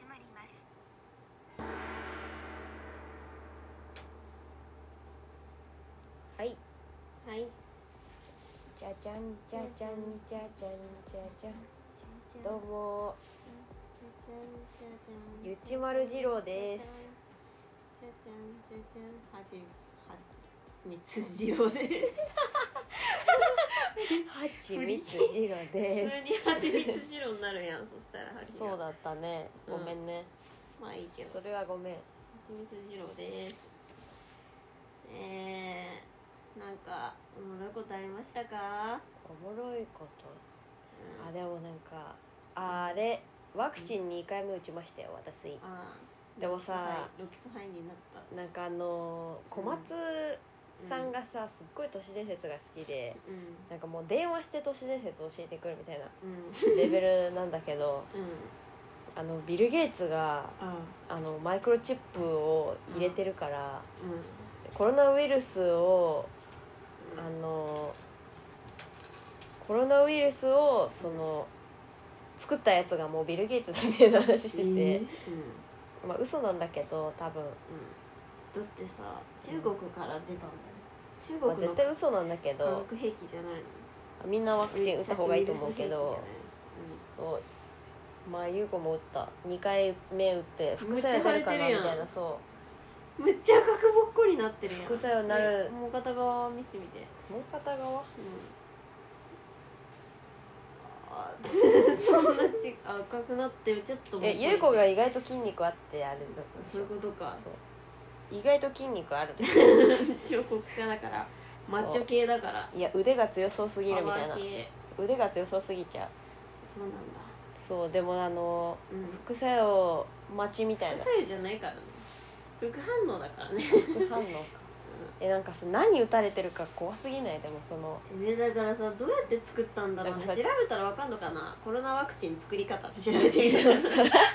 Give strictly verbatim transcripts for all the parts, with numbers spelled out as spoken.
始まります。 はいはいじゃじゃんじゃじゃんじゃじゃんじゃじゃんどうもゆちまる二郎です。 じゃじゃんじゃじゃんはじはちみつ二郎ですはちみつ二郎で普通にはちみつ二郎になるやん。そしたらはす。そうだったね、ごめんね、 まあいいけど、 それはごめん。 はちみつ二郎です。えー、なんかおもろいことありましたか？ おもろいこと、 うん、 あでもなんかあれワクチンにかいめ打ちましたよ私。 あでもさロキソハイになった。 なんかあの小松さんがさすっごい都市伝説が好きで、 うん、 なんかもう電話して都市伝説教えてくるみたいなうんレベルなんだけどうんあのビル・ゲイツがああのマイクロチップを入れてるからうんコロナウイルスをうんあのコロナウイルスをその作ったやつがもうビル・ゲイツだみたいな話してて、 えーうんまあ嘘なんだけど多分、 うん、だってさ中国から出たんだよ。中まあ、 国の絶対嘘なんだけ化ど学兵器じゃないの？ みんなワクチン打った方がいいと思うけウイルス兵器どじゃない？ そうまあ優子も打ったにかいめ打って副作用出るかなみたいな。そうん、めっちゃ赤くぼっこりなってるやん。 副作用なるねもう片側見せてみて。 うもう片側うんあそんなち赤くなってちょっとぼっこりしてえ優子が意外と筋肉あってあれだったでしょ。 そういうことか。 そう意外と筋肉ある彫刻家だからマッチョ系だからいや腕が強そうすぎるみたいなパワー系。 腕が強そうすぎちゃう。 そうなんだ。 そうでもあのうん副作用待ちみたいな副作用じゃないからね。副反応だからね。 副反応かえなんかさ何打たれてるか怖すぎない？でもそのね、だからさどうやって作ったんだろうね。 なんか調べたらわかんのかな。コロナワクチン作り方って調べてみたらさ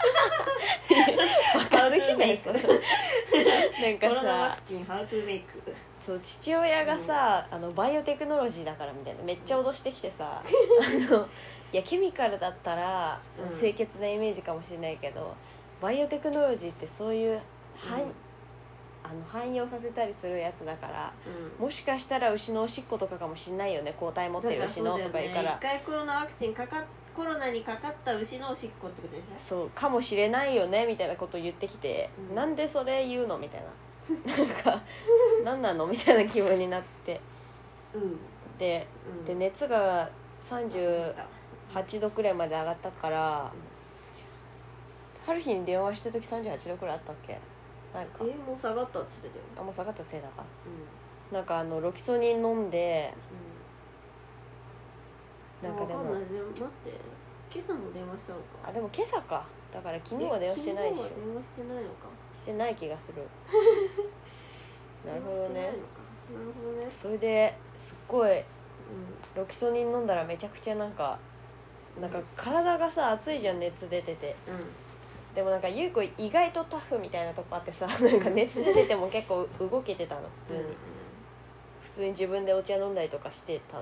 バカすぎないそれなんかコロナワさクチン How to make そう父親がさ、うん、あのバイオテクノロジーだからみたいなめっちゃ脅してきてさあのいやケミカルだったら、うん、清潔なイメージかもしれないけどバイオテクノロジーってそういう、うんあの汎用させたりするやつだから、うん、もしかしたら牛のおしっことかかもしんないよね抗体持ってる牛のとか言うから一回コロナワクチンかかコロナにかかった牛のおしっこってことでしょ。 そうかもしれないよねみたいなことを言ってきて、うん、なんでそれ言うのみたいななんか何なのみたいな気分になって、 うん、 で、うん、で熱がさんじゅうはちどくらいまで上がったから、うん、春日に電話した時さんじゅうはちどくらいあったっけ。なんかえもう下がったって言ってたよ。 あもう下がったせいだか、 うん、 なんかあのロキソニン飲んで、 うん、なんかでも待って今朝も電話したのか。 あでも今朝かだから昨日は電話してないし。 昨日は電話してないのか。 してない気がするなるほどね。なるほどね。 それですっごい、うん、ロキソニン飲んだらめちゃくちゃなんかなんか体がさ熱いじゃん熱出てて、うんでもなんか優子意外とタフみたいなとこあってさなんか熱出てても結構動けてたの普通に、うんうん、普通に自分でお茶飲んだりとかしてたの、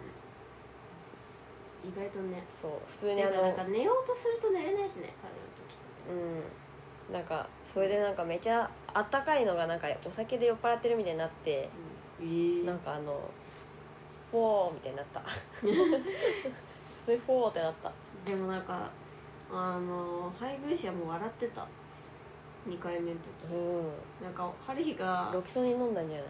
うん、意外とねそう普通にあのなんか寝ようとすると寝れないしね風邪の時ってうんなんかそれでなんかめちゃあったかいのがなんかお酒で酔っ払ってるみたいになって、うんえー、なんかあのフォーみたいになった普通にフォーってなった。 でもなんかあの配偶者も笑ってたにかいめの時、うん、なんか春日がロキソニン飲んだんじゃない？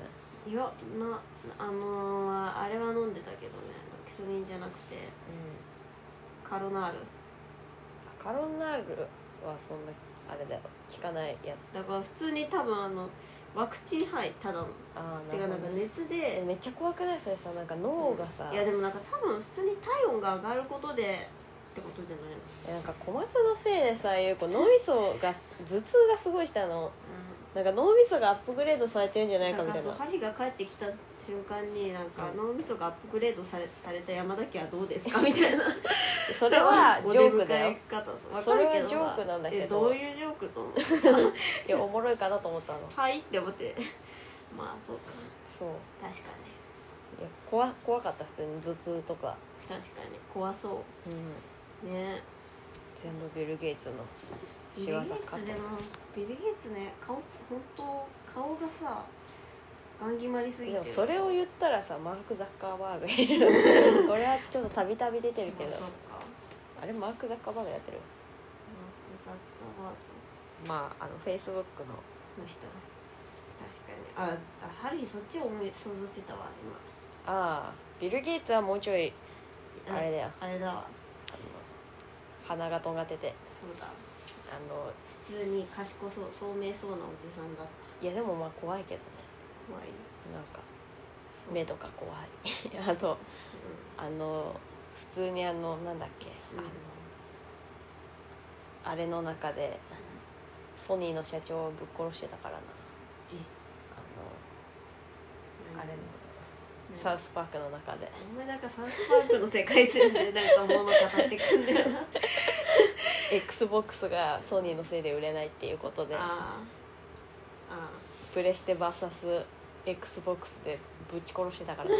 いやなあのー、あれは飲んでたけどねロキソニンじゃなくて、うん、カロナールカロナールはそんなあれだよ効かないやつだから普通に多分あのワクチン肺ただのあてかなんか熱でめっちゃ怖くないそれさなんか脳がさ、 うん、いやでもなんか多分普通に体温が上がることでってことじゃないの。 なんか小松のせいでさいう子脳みそが頭痛がすごいしたの、うん、なんか脳みそがアップグレードされてるんじゃないかみたいな。 ハリが帰ってきた瞬間になんか、うん、脳みそがアップグレードされ、された山田家はどうですかみたいなそれはジョークだよそれはジョークなんだけどどういうジョークと思っていやおもろいかなと思ったのはいって思ってまあそうかそう確かにいや 怖, 怖かった普通に頭痛とか確かに怖そう、うんね全部ビル・ゲイツのビル・ゲイツでもビル・ゲイツね顔本当顔がさガン決まりすぎてる。 でもそれを言ったらさマーク・ザッカーバーグいるこれはちょっとたびたび出てるけど、 まあ、そっかあれマーク・ザッカーバーグやってる。 マーク・ザッカーバーグまああのフェイスブックのの人確かにああハリーそっちを思い想像してたわ今。 ああビル・ゲイツはもうちょいあれだよ、 あれだわ、 あの鼻がとんがっててそうだ、 あの普通に賢そう聡明そうなおじさんだった。 いやでもまあ怖いけどね、 怖い。 なんか目とか怖いあとあの普通にあのなんだっけ、 うんあのあれの中でソニーの社長をぶっ殺してたからな。 えあのあれの何サウスパークの中でお前なんかサウスパークの世界線でなんか物語ってくんだよな Xbox がソニーのせいで売れないっていうことであああプレステ ブイエスエックスボックス でぶち殺してたからね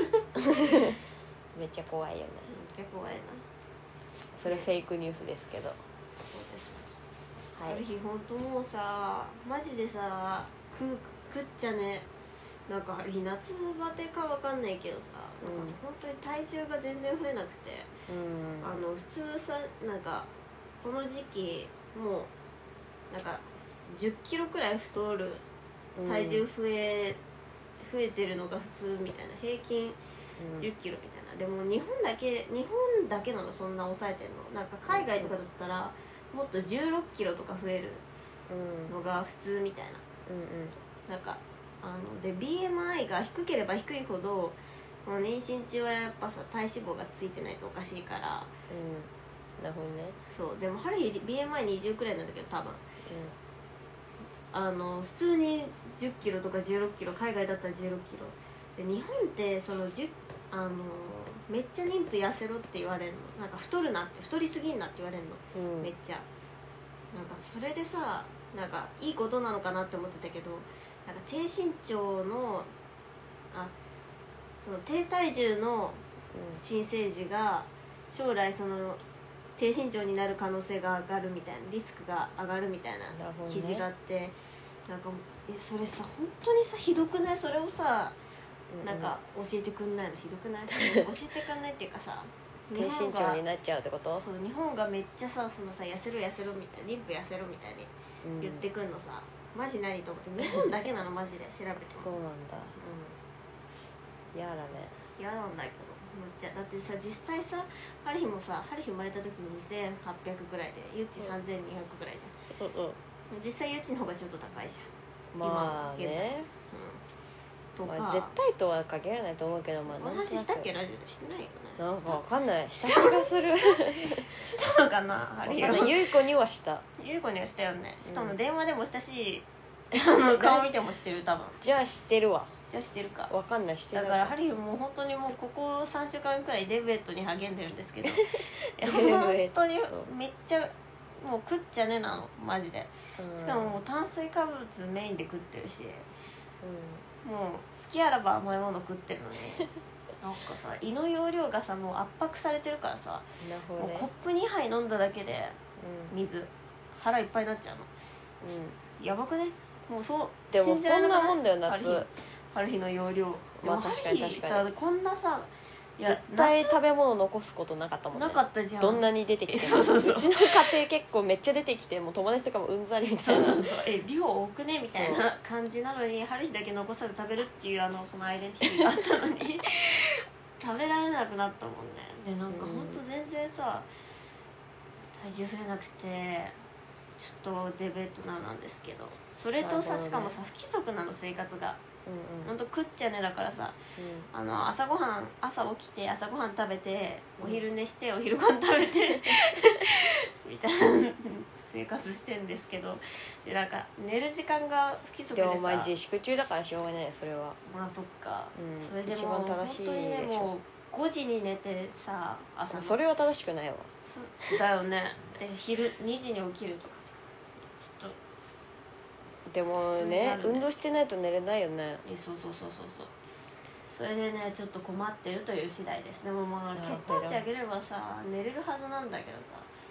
めっちゃ怖いよね。 めっちゃ怖いな。 それフェイクニュースですけど、 そうです。 はいある日本当もうさマジでさ食う食っちゃねなんか夏バテかわかんないけどさ、なんか本当に体重が全然増えなくて、 うんあの普通さなんかこの時期もうなんかじゅっキロくらい太る体重増え、うん、増えてるのが普通みたいな、平均じゅっキロみたいな、でも日本だけ日本だけなのそんな抑えてるの。なんか海外とかだったらもっとじゅうろっキロとか増えるのが普通みたいな、 うんうんなんかあので ビーエムアイ が低ければ低いほどこの妊娠中はやっぱさ体脂肪がついてないとおかしいから、 うん、なるほどね。 そうでもハリー ビーエムアイにじゅう くらいなんだけど多分あの普通にじゅっキロとかじゅうろっキロ、海外だったらじゅうろっキロで、日本ってその10あのめっちゃ妊婦痩せろって言われるの、なんか太るなって太りすぎんなって言われるの、 うん、 めっちゃなんかそれでさなんかいいことなのかなって思ってたけど、なんか低身長のあその低体重の新生児が将来その低身長になる可能性が上がるみたいな、リスクが上がるみたいな記事があって、なんかえそれさ本当にさひどくない？それをさなんか教えてくんないのひどくない？教えてくんないっていうかさ低身長になっちゃうってこと？ そう日本がめっちゃさそのさ痩せろ痩せろみたいな、妊婦痩せろみたいに言ってくんのさ、うん、マジ何と思って日本だけなのマジで調べてそうなんだ、うん、嫌だね。 嫌なんだけどめっちゃだってさ実際さハリヒもさハリヒ生まれた時ににせんはっぴゃくぐらいでユッチさんぜんにひゃくぐらいじゃん、うんうん、実際ユッチの方がちょっと高いじゃんまあね、うん、とか、まあ、絶対とは限らないと思うけど、まあ、 話したっけラジオでしてないよね。 なんかわかんないした気がするしたのかなハリヒゆい子にはしたゆい子にはしたよね。しかも電話でもしたし、うん、あの顔見てもしてる多分じゃあ知ってるわ。 じゃあしてるかわかんないしてるだからハリーもう本当にもうここさんしゅうかんくらいデベットに励んでるんですけど本当にめっちゃもう食っちゃねなのマジで、うん、しかももう炭水化物メインで食ってるし、うん、もう好きあらば甘いもの食ってるのになんかさ胃の容量がさもう圧迫されてるからさ、 なるほどね、 もうコップにはい飲んだだけで水、うん、腹いっぱいになっちゃうの、うん、やばくねもうそうでもそんなもんだよ夏ある日の容量。 まあ確かに確かにさこんなさいや絶対食べ物残すことなかったもんね。 なかったじゃんどんなに出てきても。 そうそうそううちの家庭結構めっちゃ出てきてもう友達とかもうんざりみたいなそうそうそうえ量多くねみたいな感じなのに春日だけ残さず食べるっていうあのそのアイデンティティがあったのに食べられなくなったもんね。でなんかほんと全然さ体重増えなくてちょっとデベートななんですけど、それとさ、ね、しかもさ不規則なの生活が、うんうん、ほんと食っちゃねだからさ、うん、あの朝ごはん朝起きて朝ごはん食べてお昼寝してお昼ごはん食べてみたいな生活してんですけど、でなんか寝る時間が不規則でさ。 でもお前自粛中だからしょうがないそれは。 まあそっか、うん、それでも一番正しいでしょ。本当にねもうごじに寝てさ朝のそれは正しくないわ。 だよね。で昼にじに起きるとかさちょっとでもね運動してないと寝れないよね。 えそうそうそうそうそうそれでねちょっと困ってるという次第です。でもまあ血糖値上げればさ寝れるはずなんだけどさ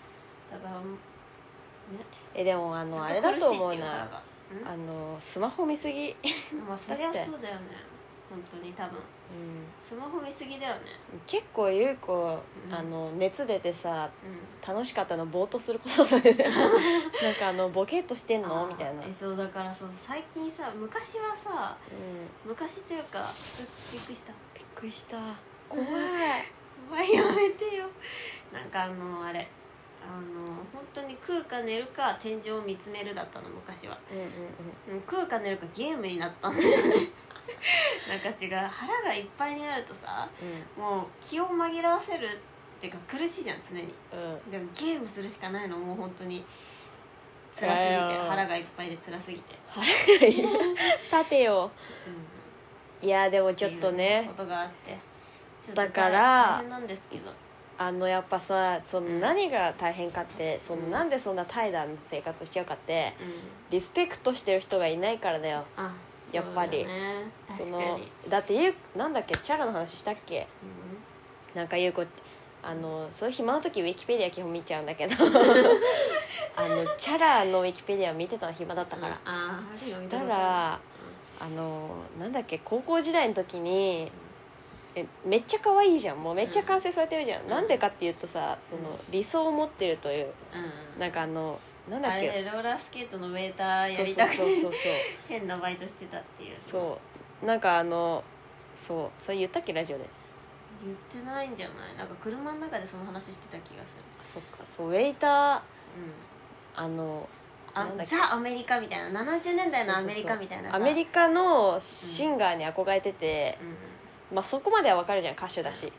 だからねえでもあのあれだと思うな、あのスマホ見すぎまあそりゃそうだよね本当に多分、うん、スマホ見すぎだよね結構優子、 うん、 あの熱出てさ、 うん、 楽しかったのぼーっとすることだねなんかあのボケっとしてんのみたいなえそうだからそう最近さ昔はさ、 うん、 昔というかびっくりしたびっくりした怖い怖いやめてよなんかあのあれあの本当に食うか寝るか天井を見つめるだったの昔は、 うんうんうん、食うか寝るかゲームになったんだよねなんか違う腹がいっぱいになるとさ、うん、もう気を紛らわせるっていうか苦しいじゃん常に、うん、でもゲームするしかないのもう本当に辛すぎて腹がいっぱいで辛すぎて立てよ、うん、いやでもちょっとねことがあってちょっとだから大変なんですけどあのやっぱさその何が大変かって、うん、そのなんでそんな怠惰な生活をしちゃうかって、うん、リスペクトしてる人がいないからだよあやっぱりそ, そのだってゆなんだっけチャラの話したっけ、うん、なんかゆうこあのそういう暇な時ウィキペディア基本見ちゃうんだけどあのチャラのウィキペディア見てたの暇だったから、うん、 あそしたら、うん、あのなんだっけ高校時代の時にえめっちゃ可愛いじゃんもうめっちゃ完成されてるじゃん、うん、なんでかっていうとさその理想を持ってるという、うん、なんかあのなんだっけあれローラースケートのウェイターやりたくて変なバイトしてたっていうそうなんかあのそうそれ言ったっけラジオで言ってないんじゃないなんか車の中でその話してた気がするそっかそうウェイター、うん、あのあザ・アメリカみたいなななじゅうねんだいのアメリカみたいなアメリカのシンガーに憧れてて、うん、まあそこまでは分かるじゃん歌手だし、うん、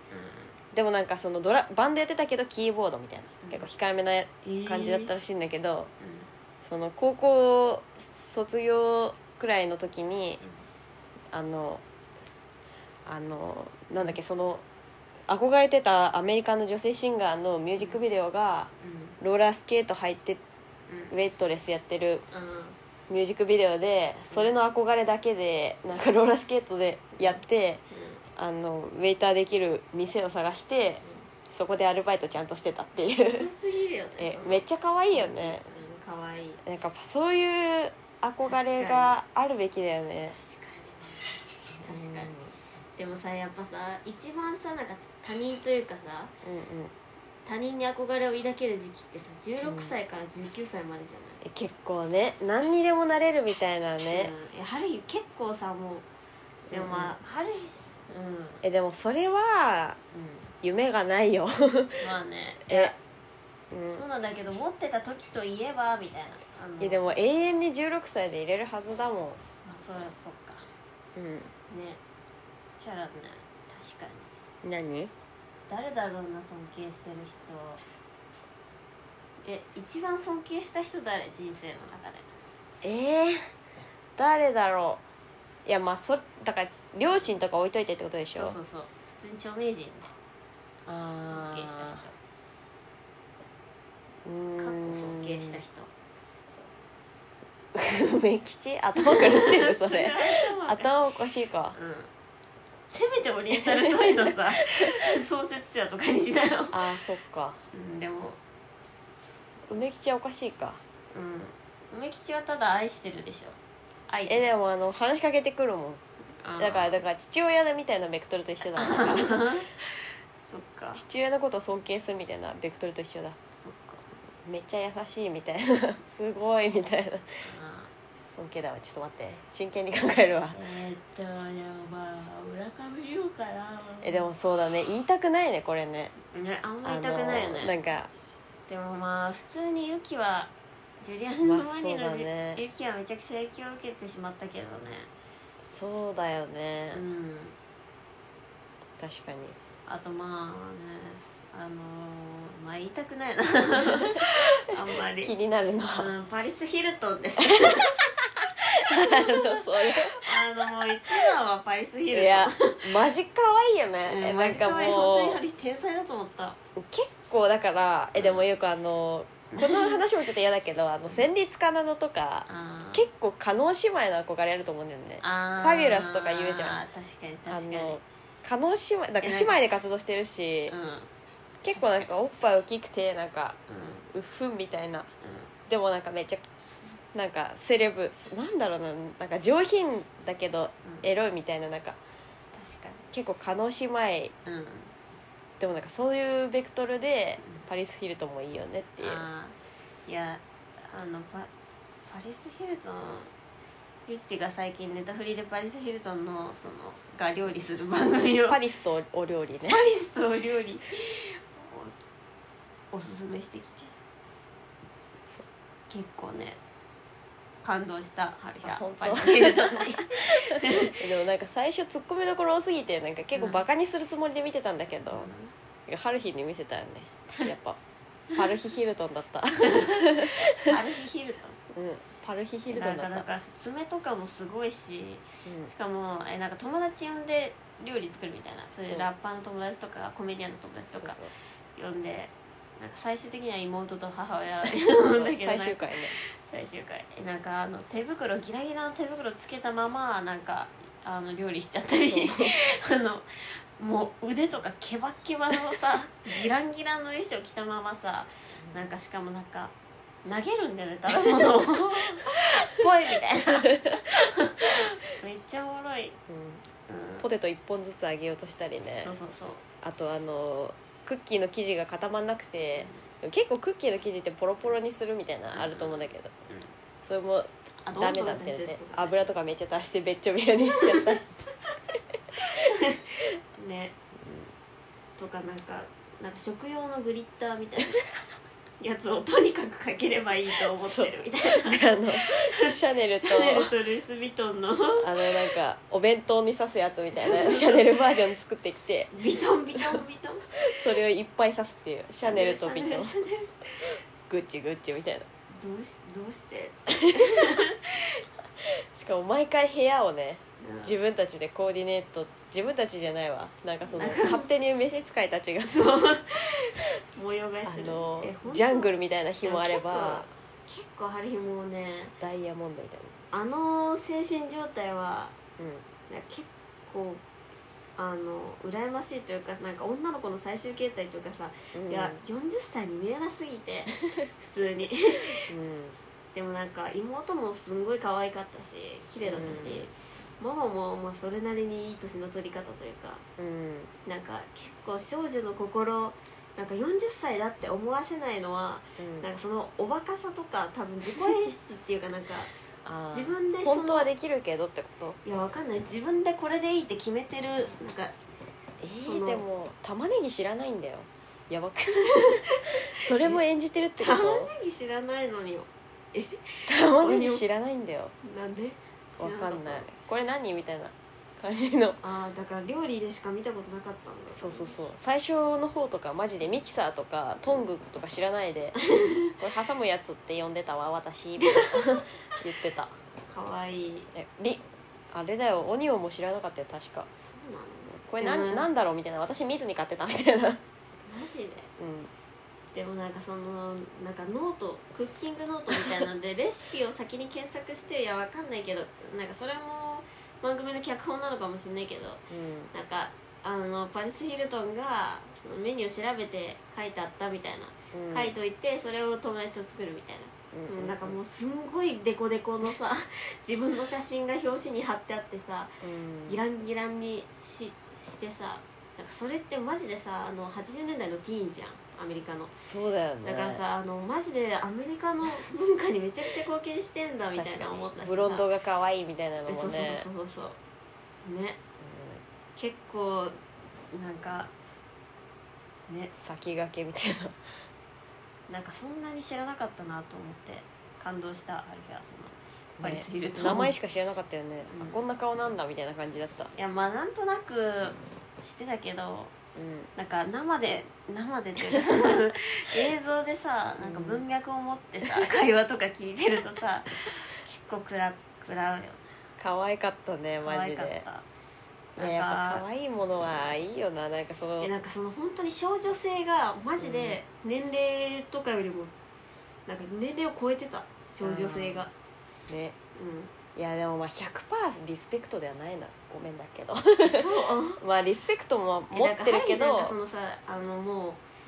でもなんかそのドラバンドやってたけどキーボードみたいな、うん、結構控えめな感じだったらしいんだけど、えー、その高校卒業くらいの時に、うん、あのあのなんだっけその憧れてたアメリカの女性シンガーのミュージックビデオが、うん、ローラースケート履いて、うん、ウェイトレスやってるミュージックビデオで、うん、それの憧れだけでなんかローラースケートでやって、うん、あのウェイターできる店を探して、うん、そこでアルバイトちゃんとしてたっていうすぎるよねえめっちゃ可愛いよね、 うん、可愛いなんかそういう憧れがあるべきだよね確かに確かに、うんでもさやっぱさ一番さなんか他人というかさ、うんうん、他人に憧れを抱ける時期ってさじゅうろくさいからじゅうきゅうさいまでじゃない、 うん、結構ね何にでもなれるみたいなね、 うん、え春日結構さもうでもまあ、うん、春日、うん、 えでもそれは、うん、夢がないよまあねえ、うん、そうなんだけど持ってた時といえばみたいなあのいやでも永遠にじゅうろくさいでいれるはずだもんあそりゃそっかうんねチャラね確かに何誰だろうな尊敬してる人え一番尊敬した人誰人生の中でえー、誰だろういやまあそだから両親とか置いといてってことでしょそうそうそう普通に著名人ねあ尊敬した人うーん過去尊敬した人梅吉頭からってるそれ頭おかしいかうんせめてオリエンタルトイのさ創設者とかにしなよあーそっか、 うん、でも梅吉はおかしいかうん梅吉はただ愛してるでしょ愛えでもあの話しかけてくるもんだからだから父親みたいなベクトルと一緒だからそっか父親のことを尊敬するみたいなベクトルと一緒だそっかめっちゃ優しいみたいなすごいみたいな尊敬だわちょっと待って真剣に考えるわえー、っといやまあ村上龍かなえでもそうだね言いたくないねこれねねあんま言いたくないよねなんかでもまあ普通にユキはジュリアン・のマニの、 ね、 ユキはめちゃくちゃ影響を受けてしまったけどねそうだよねうん確かにあとまあねあのー、まあ言いたくないなあんまり気になるな、 うん、パリス・ヒルトンですあのそれあのもう一番はパリス・ヒルトンいやマジ可愛いよね、 うん、マジ可愛い本当に天才だと思った結構だからえでもよくあのこの話もちょっと嫌だけどあの戦慄かなのとか結構叶姉妹の憧れあると思うんだよねファビュラスとか言うじゃん確かに確かにあの叶姉妹だから姉妹で活動してるし、 結構なんかおっぱい大きくてなんかううっふんみたいな、 んうんでもなんかめっちゃなんかセレブなんだろうな、なんか上品だけどエロいみたいな、なんか確か結構叶姉妹にうんでもなんかそういうベクトルでパリス・ヒルトンもいいよねっていう。 あーいやあのパパリス・ヒルトンゆっちが最近ネタフリでパリス・ヒルトンのそのが料理する番組をパリスとお料理ねパリスとお料理をおすすめしてきて結構ね感動したはるひゃ本当パリス・ヒルトンにでもなんか最初ツッコミどころ多すぎてなんか結構バカにするつもりで見てたんだけど、うん、春日に見せたよねやっぱパルヒ・ヒルトンだったパルヒ・ヒルトンうんパルヒ・ヒルトンだった。 なんか爪とかもすごいし、 うん、 しかもえなんか友達呼んで料理作るみたいな、そういうラッパーの友達とかコメディアンの友達とか呼んで、なんか最終的には妹と母親呼んだけど最終回ね最終回なんかあの手袋ギラギラの手袋つけたままなんかあの料理しちゃったりあのもう腕とかケバッケバのさギランギランの衣装着たままさ、なんかしかもなんか投げるんだよね食べ物をぽいみたいなめっちゃおもろい、うん、 ポテトいっぽんずつあげようとしたりね。 そうそうそう。 あとあのクッキーの生地が固まんなくて、うん、結構クッキーの生地ってポロポロにするみたいなあると思うんだけど、うん、それもダメだってね、油とかめっちゃ足してべっちょびちょにしちゃったね、うん、とかなんかなんか食用のグリッターみたいなやつをとにかくかければいいと思ってるみたいなあのシャネルとシャネルとルイス・ヴィトンのあのなんかお弁当に刺すやつみたいなシャネルバージョン作ってきてビトンビトンビトンそれをいっぱい刺すっていうシャネルとビトングッチグッチみたいな。 どうしどうしてしかも毎回部屋をね、 うん、 自分たちでコーディネート、自分たちじゃないわ、なんかその勝手に召使いたちがそう模様替えする、 あのジャングルみたいな日もあれば結構ある日もうねダイヤモンドみたいなあの精神状態は、 うん、 なんか結構あの羨ましいというか、なんか女の子の最終形態というかさ、うん、いやよんじゅっさいに見えなすぎて普通に、うん、でもなんか妹もすんごい可愛かったし綺麗だったし、うん、ママもまあそれなりにいい年の取り方というか、うん、なんか結構少女の心なんかよんじゅっさいだって思わせないのは、うん、なんかそのおバカさとか多分自己演出っていうかなんか自分でその本当はできるけどってこと？ いやわかんない、自分でこれでいいって決めてるなんかえー、でも玉ねぎ知らないんだよ、やばくそれも演じてるってこと？ 玉ねぎ知らないのによえ玉ねぎ知らないんだよ。 なんで？ わかんない、これ何みたいな感じの。 ああだから料理でしか見たことなかったんだ。 そうそうそう、最初の方とかマジでミキサーとかトングとか知らないでこれ挟むやつって呼んでたわ私みたいな言ってた。 かわいい。 えリあれだよ、オニオンも知らなかったよ確か。 そうなの？ これ何、なんだろうみたいな、私見ずに買ってたみたいな。マジで？ うん。 でもなんかそのなんかノートクッキングノートみたいなんでレシピを先に検索して、いやわかんないけどなんかそれも番組の脚本なのかもしれないけど、うん、なんかあのパリス・ヒルトンがメニュー調べて書いてあったみたいな、うん、書いといてそれを友達と作るみたいな、うんうん、なんかもうすんごいデコデコのさ自分の写真が表紙に貼ってあってさ、うん、ギランギランに し, してさなんかそれってマジでさあのはちじゅうねんだいのティーンじゃん、アメリカの。 そうだよね。 だからさあのマジでアメリカの文化にめちゃくちゃ貢献してんだみたいな思ったしさ、 ブロンドが可愛いみたいなのもね。 そうそうそうそうそうね、うん、結構なんかね先駆けみたいななんかそんなに知らなかったなと思って感動した。あれはそのパリス・ヒルトン、 名前しか知らなかったよね、 うん、 こんな顔なんだみたいな感じだった。いやまあなんとなく知ってたけど、うん、なんか生で生でっていうかその映像でさなんか文脈を持ってさ、うん、会話とか聞いてるとさ結構食ら食らうよね。 可愛かったねマジで。 可愛かった。 いややっぱ可愛いものはいいよな。なんかそのなんかその本当に少女性がマジで年齢とかよりもなんか年齢を超えてた少女性がね、うん、いやでもまあ ひゃくパーセント リスペクトではないな、ごめんだけどそうまあリスペクトも持ってるけどなんかそのさあのも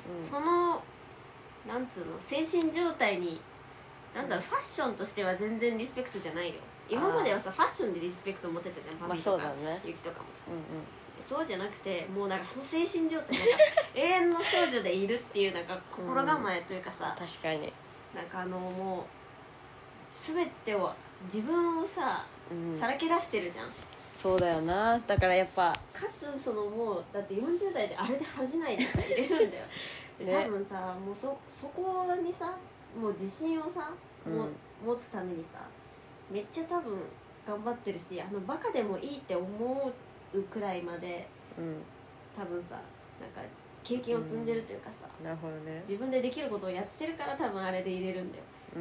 うん、 そのなんつうの精神状態になんだろう、ファッションとしては全然リスペクトじゃないよ。今まではさファッションでリスペクト持ってたじゃん、ファミとか、 まあそうだね、 ユキとかも。 うんうん、 そうじゃなくて、もうなんかその精神状態なんか永遠の少女でいるっていうなんか心構えというかさ、 確かに、 なんかあのもう全てを自分をさ、 うん、 さらけ出してるじゃん。 そうだよな。だからやっぱかつそのもうだってよんじゅう代であれで恥じないでさ入れるんだよでね多分さもうそそこにさもう自信をさ、もうん持つためにさめっちゃ多分頑張ってるし、あのバカでもいいって思うくらいまでうん多分さなんか経験を積んでるというかさ、 なるほどね、 自分でできることをやってるから多分あれで入れるんだよ、 うん、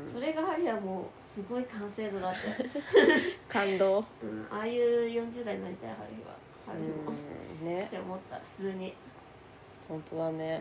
それがハリはもうすごい完成度だって感動、 うん、ああいうよんじゅう代になりたいハリはハリも、 うんねっ、て思った普通に。 本当だね、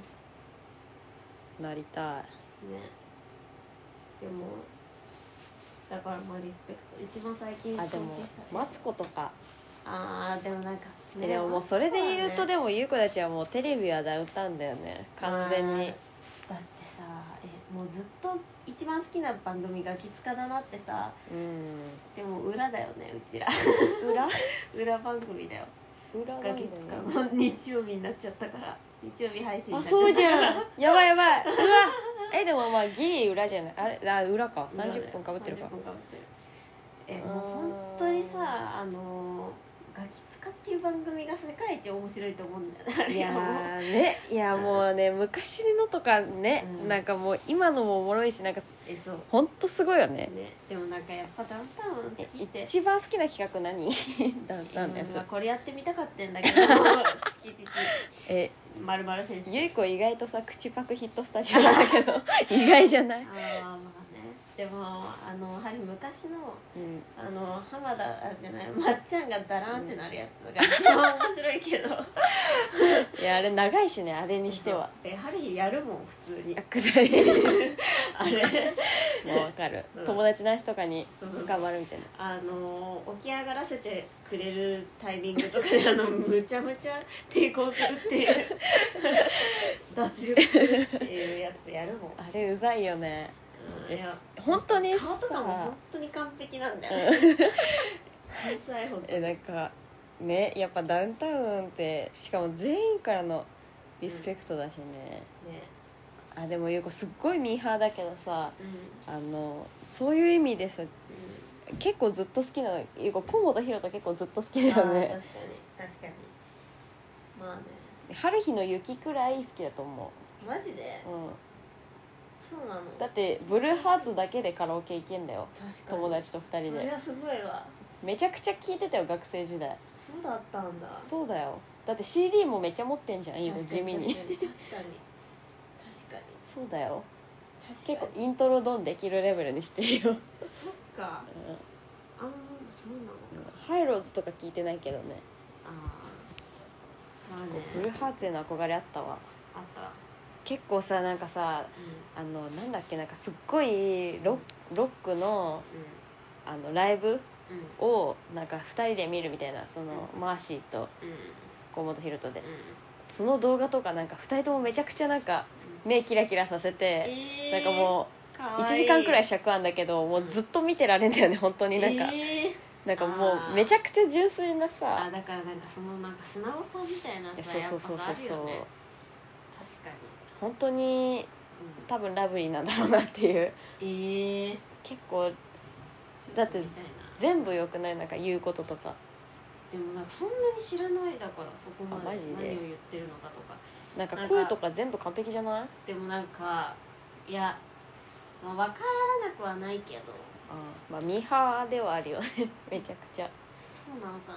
うんなりたいね、でもだからまあリスペクト一番最近あ。でもマツコとか、 あーでもなんか、 ね、でももうそれで言うと、 ね、 でも優子たちはもうテレビはダウンタウンだよね完全に。 だってさえもうずっと一番好きな番組がキツカだなってさ、 うん、 でも裏だよねうちら裏裏番組だよ。 裏ガキツカの日曜日になっちゃったから、日曜日配信になあ、 っちゃったから。 そうじゃんやばいやばいうわえでもまあギリ裏じゃないあれ、あ裏かさんじゅっぷんかぶってるか。 さんじゅっぷんかぶってる。えもう本当にさあのガキツカっていう番組が世界一面白いと思うんだよね。 いやーね、いやもうね昔のとかね、 うんなんかもう今のもおもろいし、なんかえそうほんとすごいよね。 ね、でもなんかやっぱダウンタウン好きって一番好きな企画何ダウンタウンのやうんまあつ。 これやってみたかったんだけどチキチキえまるまる選手。 ゆいこ意外とさ口パクヒットスタジオなんだけど意外じゃない？ あーまあね、でもあのやはり昔のうんあの浜田あじゃないまっちゃんがダラーンってなるやつが一番面白いけどいやあれ長いしね、あれにしては。 やはりやるもん普通にくだりあれもうわかる、 うん友達の人とかにそうそう捕まるみたいな。 あの起き上がらせてくれるタイミングとかであのむちゃむちゃ抵抗するっていう脱力するっていうやつやるもん。 あれうざいよね。 うんいや本当に顔とかもさ本当に完璧なんだよね。天才本当えになんかね、やっぱダウンタウンってしかも全員からのリスペクトだしね、 ね、 あでもゆうこすっごいミーハーだけどさ、 うんあのそういう意味でさうん結構ずっと好きなのゆうこ河本大翔結構ずっと好きだよあー確かにね。 確かにまあね春日の雪くらい好きだと思マジでう、うん、 そうなの。 だってブルーハーツだけでカラオケ行けんだよ、 確かに友達とふたりで。 それはすごいわ。 めちゃくちゃ聴いてたよ学生時代。 そうだったんだ。 そうだよ、だって シーディー もめっちゃ持ってんじゃん、ゆうこ確かに地味に。 確かに確かに確かにそうだよ、 確かに結構イントロドンできるレベルにしてるよ、 そっか、 うんあんそうなのか。 ハイローズとか聞いてないけどね。 ああまあねブルーハーツへの憧れあったわ。 あった結構さなんかさうあのなんだっけなんかすっごいロッロックのんうんあのライブうんをなんかふたりで見るみたいな、そのうマーシーとうん河本大翔で、 うんその動画とかなんかふたりともめちゃくちゃなんか目キラキラさせて、 えーなんかもういちじかんくらい尺あんだけどもうずっと見てられんだよね本当に。なんか、 えーなんかもあーうめちゃくちゃ純粋なあさ、 だからなんかそのなんか素直さみたいなさそうそうそうそうそう、 やっぱさあるよね。確かに、 本当にうん、 多分ラブリーなんだろうなっていう。 えー、 結構だってみたいな。 全部良くない、なんか言うこととかでもなんかそんなに知らないだからそこまであマジで何を言ってるのかとか。 なんかなんか声とか全部完璧じゃない？ でもなんかいや、まあ、分からなくはないけどあまあミーハーではあるよねめちゃくちゃ、 そうなのかな。 う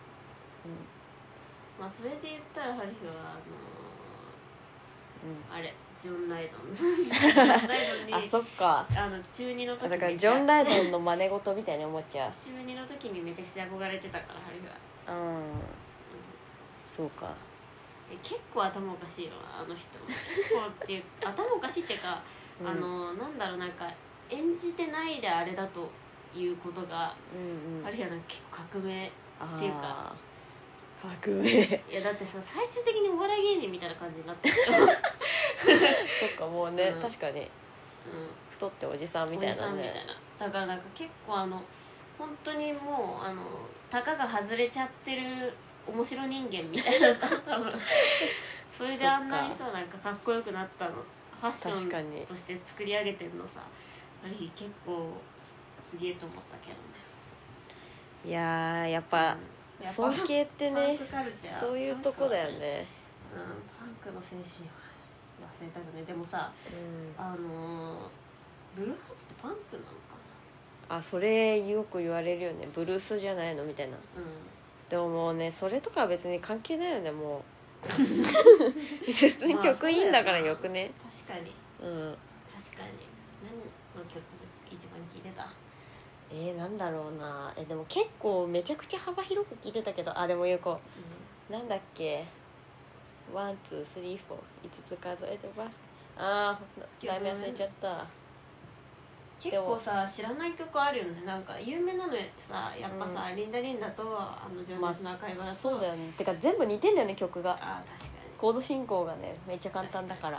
まあそれで言ったらハリフはあのんうん、 ー、あれジョン・ライドンジョン・ライドンにあそっか、 あの中二の時だからめっちゃジョン・ライドンの真似事みたいに思っちゃう中二の時にめちゃくちゃ憧れてたからハリフは、 うんうんそうか、 で結構頭おかしいのあの人結構っていう頭おかしいっていうか、 うん、 あのなんだろうなんか演じてないであれだということが、 うんうんあるいはなんか結構革命あーっていうか革命いやだってさ最終的にお笑い芸人みたいな感じになってるよそっかもうね、 うん確かにうん太っておじさんみたいおじさなんねみたいなだからなんか結構あの本当にもうあのたかが外れちゃってる面白人間みたいなさ多分それであんなにさなんかかっこよくなったのファッシ確かにョンとして作り上げてるのさある日結構すげえと思ったけどねいやーやっぱ、 うん、やっぱ尊敬ってねパンクカルチャーそういうとこだよねうん、パンクの精神は忘れたくねでもさうんあのー、ブルーハーツってパンクなのかあそれよく言われるよねブルースじゃないのみたいななでももうねそれとかは別に関係ないよねもう普通に曲いいんだからよくね確かにうん確かに何の曲一番聴いてたえー、なんだろうなえでも結構めちゃくちゃ幅広く聴いてたけどあでもゆうこなんだっけワンツースリーフォーいつつ数えてますあー題名忘れちゃった結構さ知らない曲あるよねなんか有名なのやってさやっぱさ、うん、リンダリンダとあの情熱の赤いバラと、 そうだよねてか全部似てんだよね曲があ確かにコード進行がねめっちゃ簡単だから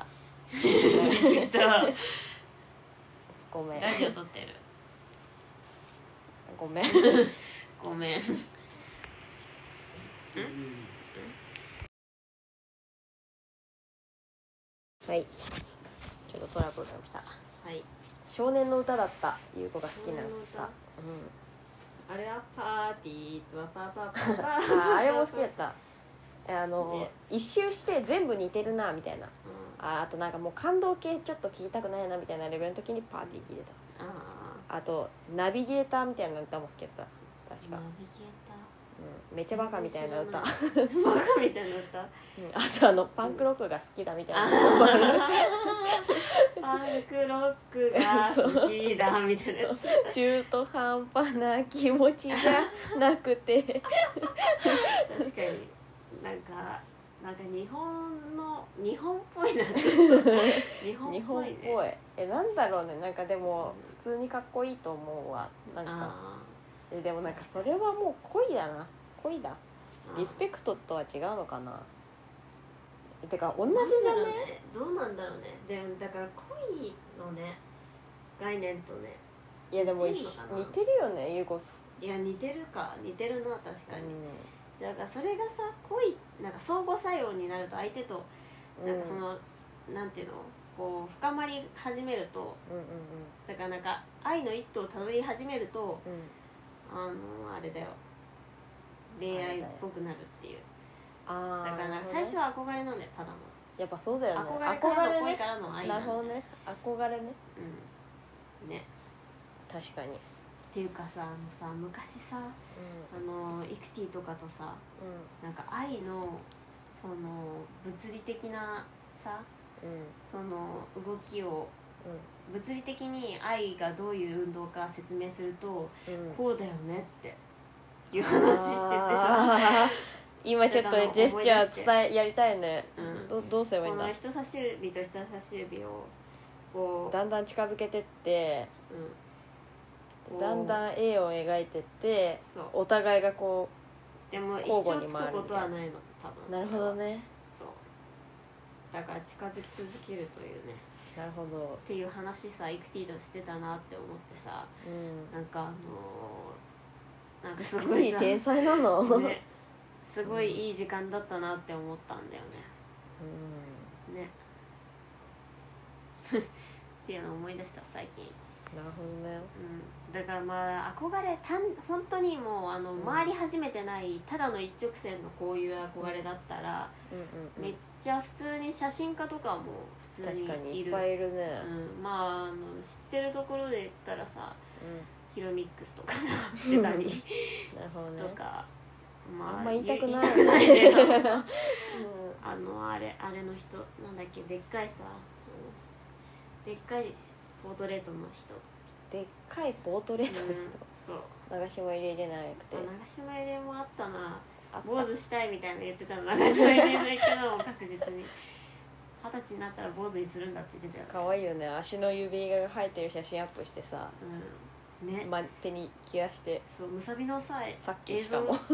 ごめんラジオ撮ってるごめんごめんはいちょっとトラブルが起きたはい少年の歌だったゆう子が好きな歌、うん、 あれはパーティーとはパーパーパーパー あ, あれも好きだったあの、ね、一周して全部似てるなみたいな、うん、あ, あとなんかもう感動系ちょっと聞きたくないなみたいなレベルの時にパーティー聞いてた、うん、あとナビゲーターみたいな歌も好きだった確かナビゲーターうん、めっちゃバカみたいな歌バカみたいな歌、うん、 あとあのパンクロックが好きだみたいな、うん、 パンクロックが好きだみたいなやつ中途半端な気持ちじゃなくて確かになんかなんか日本の日本っぽいな日本っぽい、ね、日本っぽいえなんだろうねなんかでも普通にかっこいいと思うわなんかえでもなんかそれはもう恋だな恋だリスペクトとは違うのかなてか同じじゃねどうなんだろうねでもだから恋のね概念とねいやでも似てるよねユーゴスいや似てるか似てるな確かに、うん、だからそれがさ恋なんか相互作用になると相手となんかその、うん、なんていうのこう深まり始めると、うんうんうん、だからなんか愛の一途をたどり始めると、うんあのあれだよ恋愛っぽくなるっていうあだからなんか最初は憧れなんだよただのやっぱそうだよね憧れからの恋からの愛なんだよなるほどね憧れねうんね確かにっていうかさあのさ昔さ、うん、あのイクティとかとさ、うん、なんか愛のその物理的なさ、うん、その動きをうん、物理的に愛がどういう運動か説明すると、うん、こうだよねっていう話しててさ今ちょっとジェスチャー伝えやりたいね、うん、ど, どうすればいいんだこの人差し指と人差し指をこうだんだん近づけてって、うん、だんだん円を描いてってお互いがこうでも一生つくことはないの多分なるほどねそうだから近づき続けるというねなるほどっていう話さイクティードしてたなって思ってさ、うん、なんかあのー、なんかすごいさ天才なの、 ね、すごいいい時間だったなって思ったんだよね、うん、ねっていうのを思い出した最近なるほどね、 うん、だからまあ憧れたん本当にもうあの、うん、回り始めてないただの一直線のこういう憧れだったら、うんうんうん、めっちゃ普通に写真家とかも普通にいる確かにいっぱいいるね、 うん、まあ、あの知ってるところで言ったらさ、うん、ヒロミックスとかさ出たりなるほど、ね、 とか、まあ、 あんま言いたくないよね言いたくないけど、うん、あのあれあれの人なんだっけでっかいさでっかいポートレートの人でっかいポートレートの人、うん、 そう長島入江じゃなくて長島入江もあったな坊主したいみたいな言ってたの長島入江の人も確実に二十歳になったら坊主にするんだって言ってたよねかわいいよね足の指が生えてる写真アップしてさ、うんねま、手に気がしてそうむさびのささっきしかも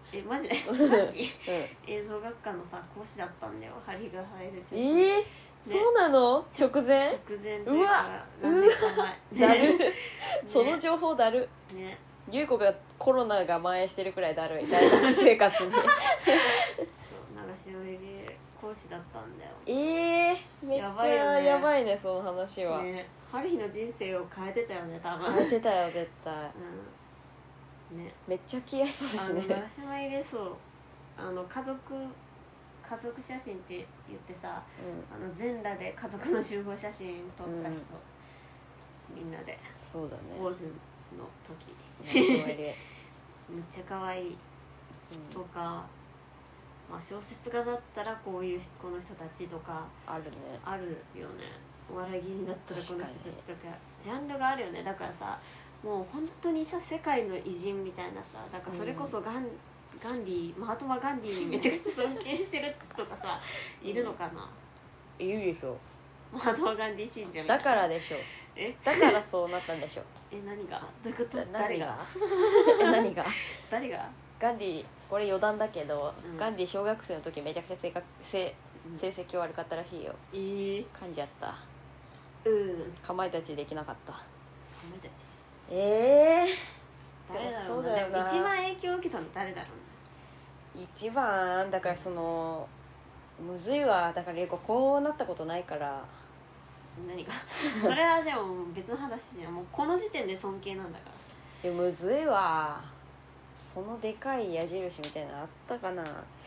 えマジでさっうんき映像学科のさ講師だったんだよ。針が入るちょっとえー、 ねそうなの直前直前というか何年か前だるねその情報だるね優子がコロナが蔓延してるくらいだるい大学生活にそう長潮入り講師だったんだよ。 えー、めっちやゃばいよねやばいねその話は、 ね春日の人生を変えてたよね多分。 変えてたよ絶対うんねめっちゃ気合いそうだあしねの長島入れそうあの家族家族写真って言ってさうんあの全裸で家族の集合写真撮った人、みんなでそうだ坊ね主の時長島入れめっちゃ可愛いうんとか、まあ、小説家だったらこういうこの人たちとかあるねあるよね。お笑い芸人だったらこの人たちとかジャンルがあるよね。だからさもう本当にさ世界の偉人みたいなさだからそれこそガン,、ガンディマハトマ・ガンディにめちゃくちゃ尊敬してるとかさいるのかな、 いるでしょマハトマ・ガンディ信者みたいな。 だからでしょえだからそうなったんでしょえ何がどういうことだ誰がえ何が誰がガンディこれ余談だけど、 うんガンディ小学生の時めちゃくちゃ性格成成績悪かったらしいよえー、 噛んじゃったうんかまいたちできなかったお前たちええ誰だろうな。 そうだよなでも一番影響を受けたの誰だろう一番だからそのむずいわだからゆうここうなったことないからな何がそれはでも別の話じゃん。もうこの時点で尊敬なんだからさ。 えむずいわそのでかい矢印みたいなのあったかな、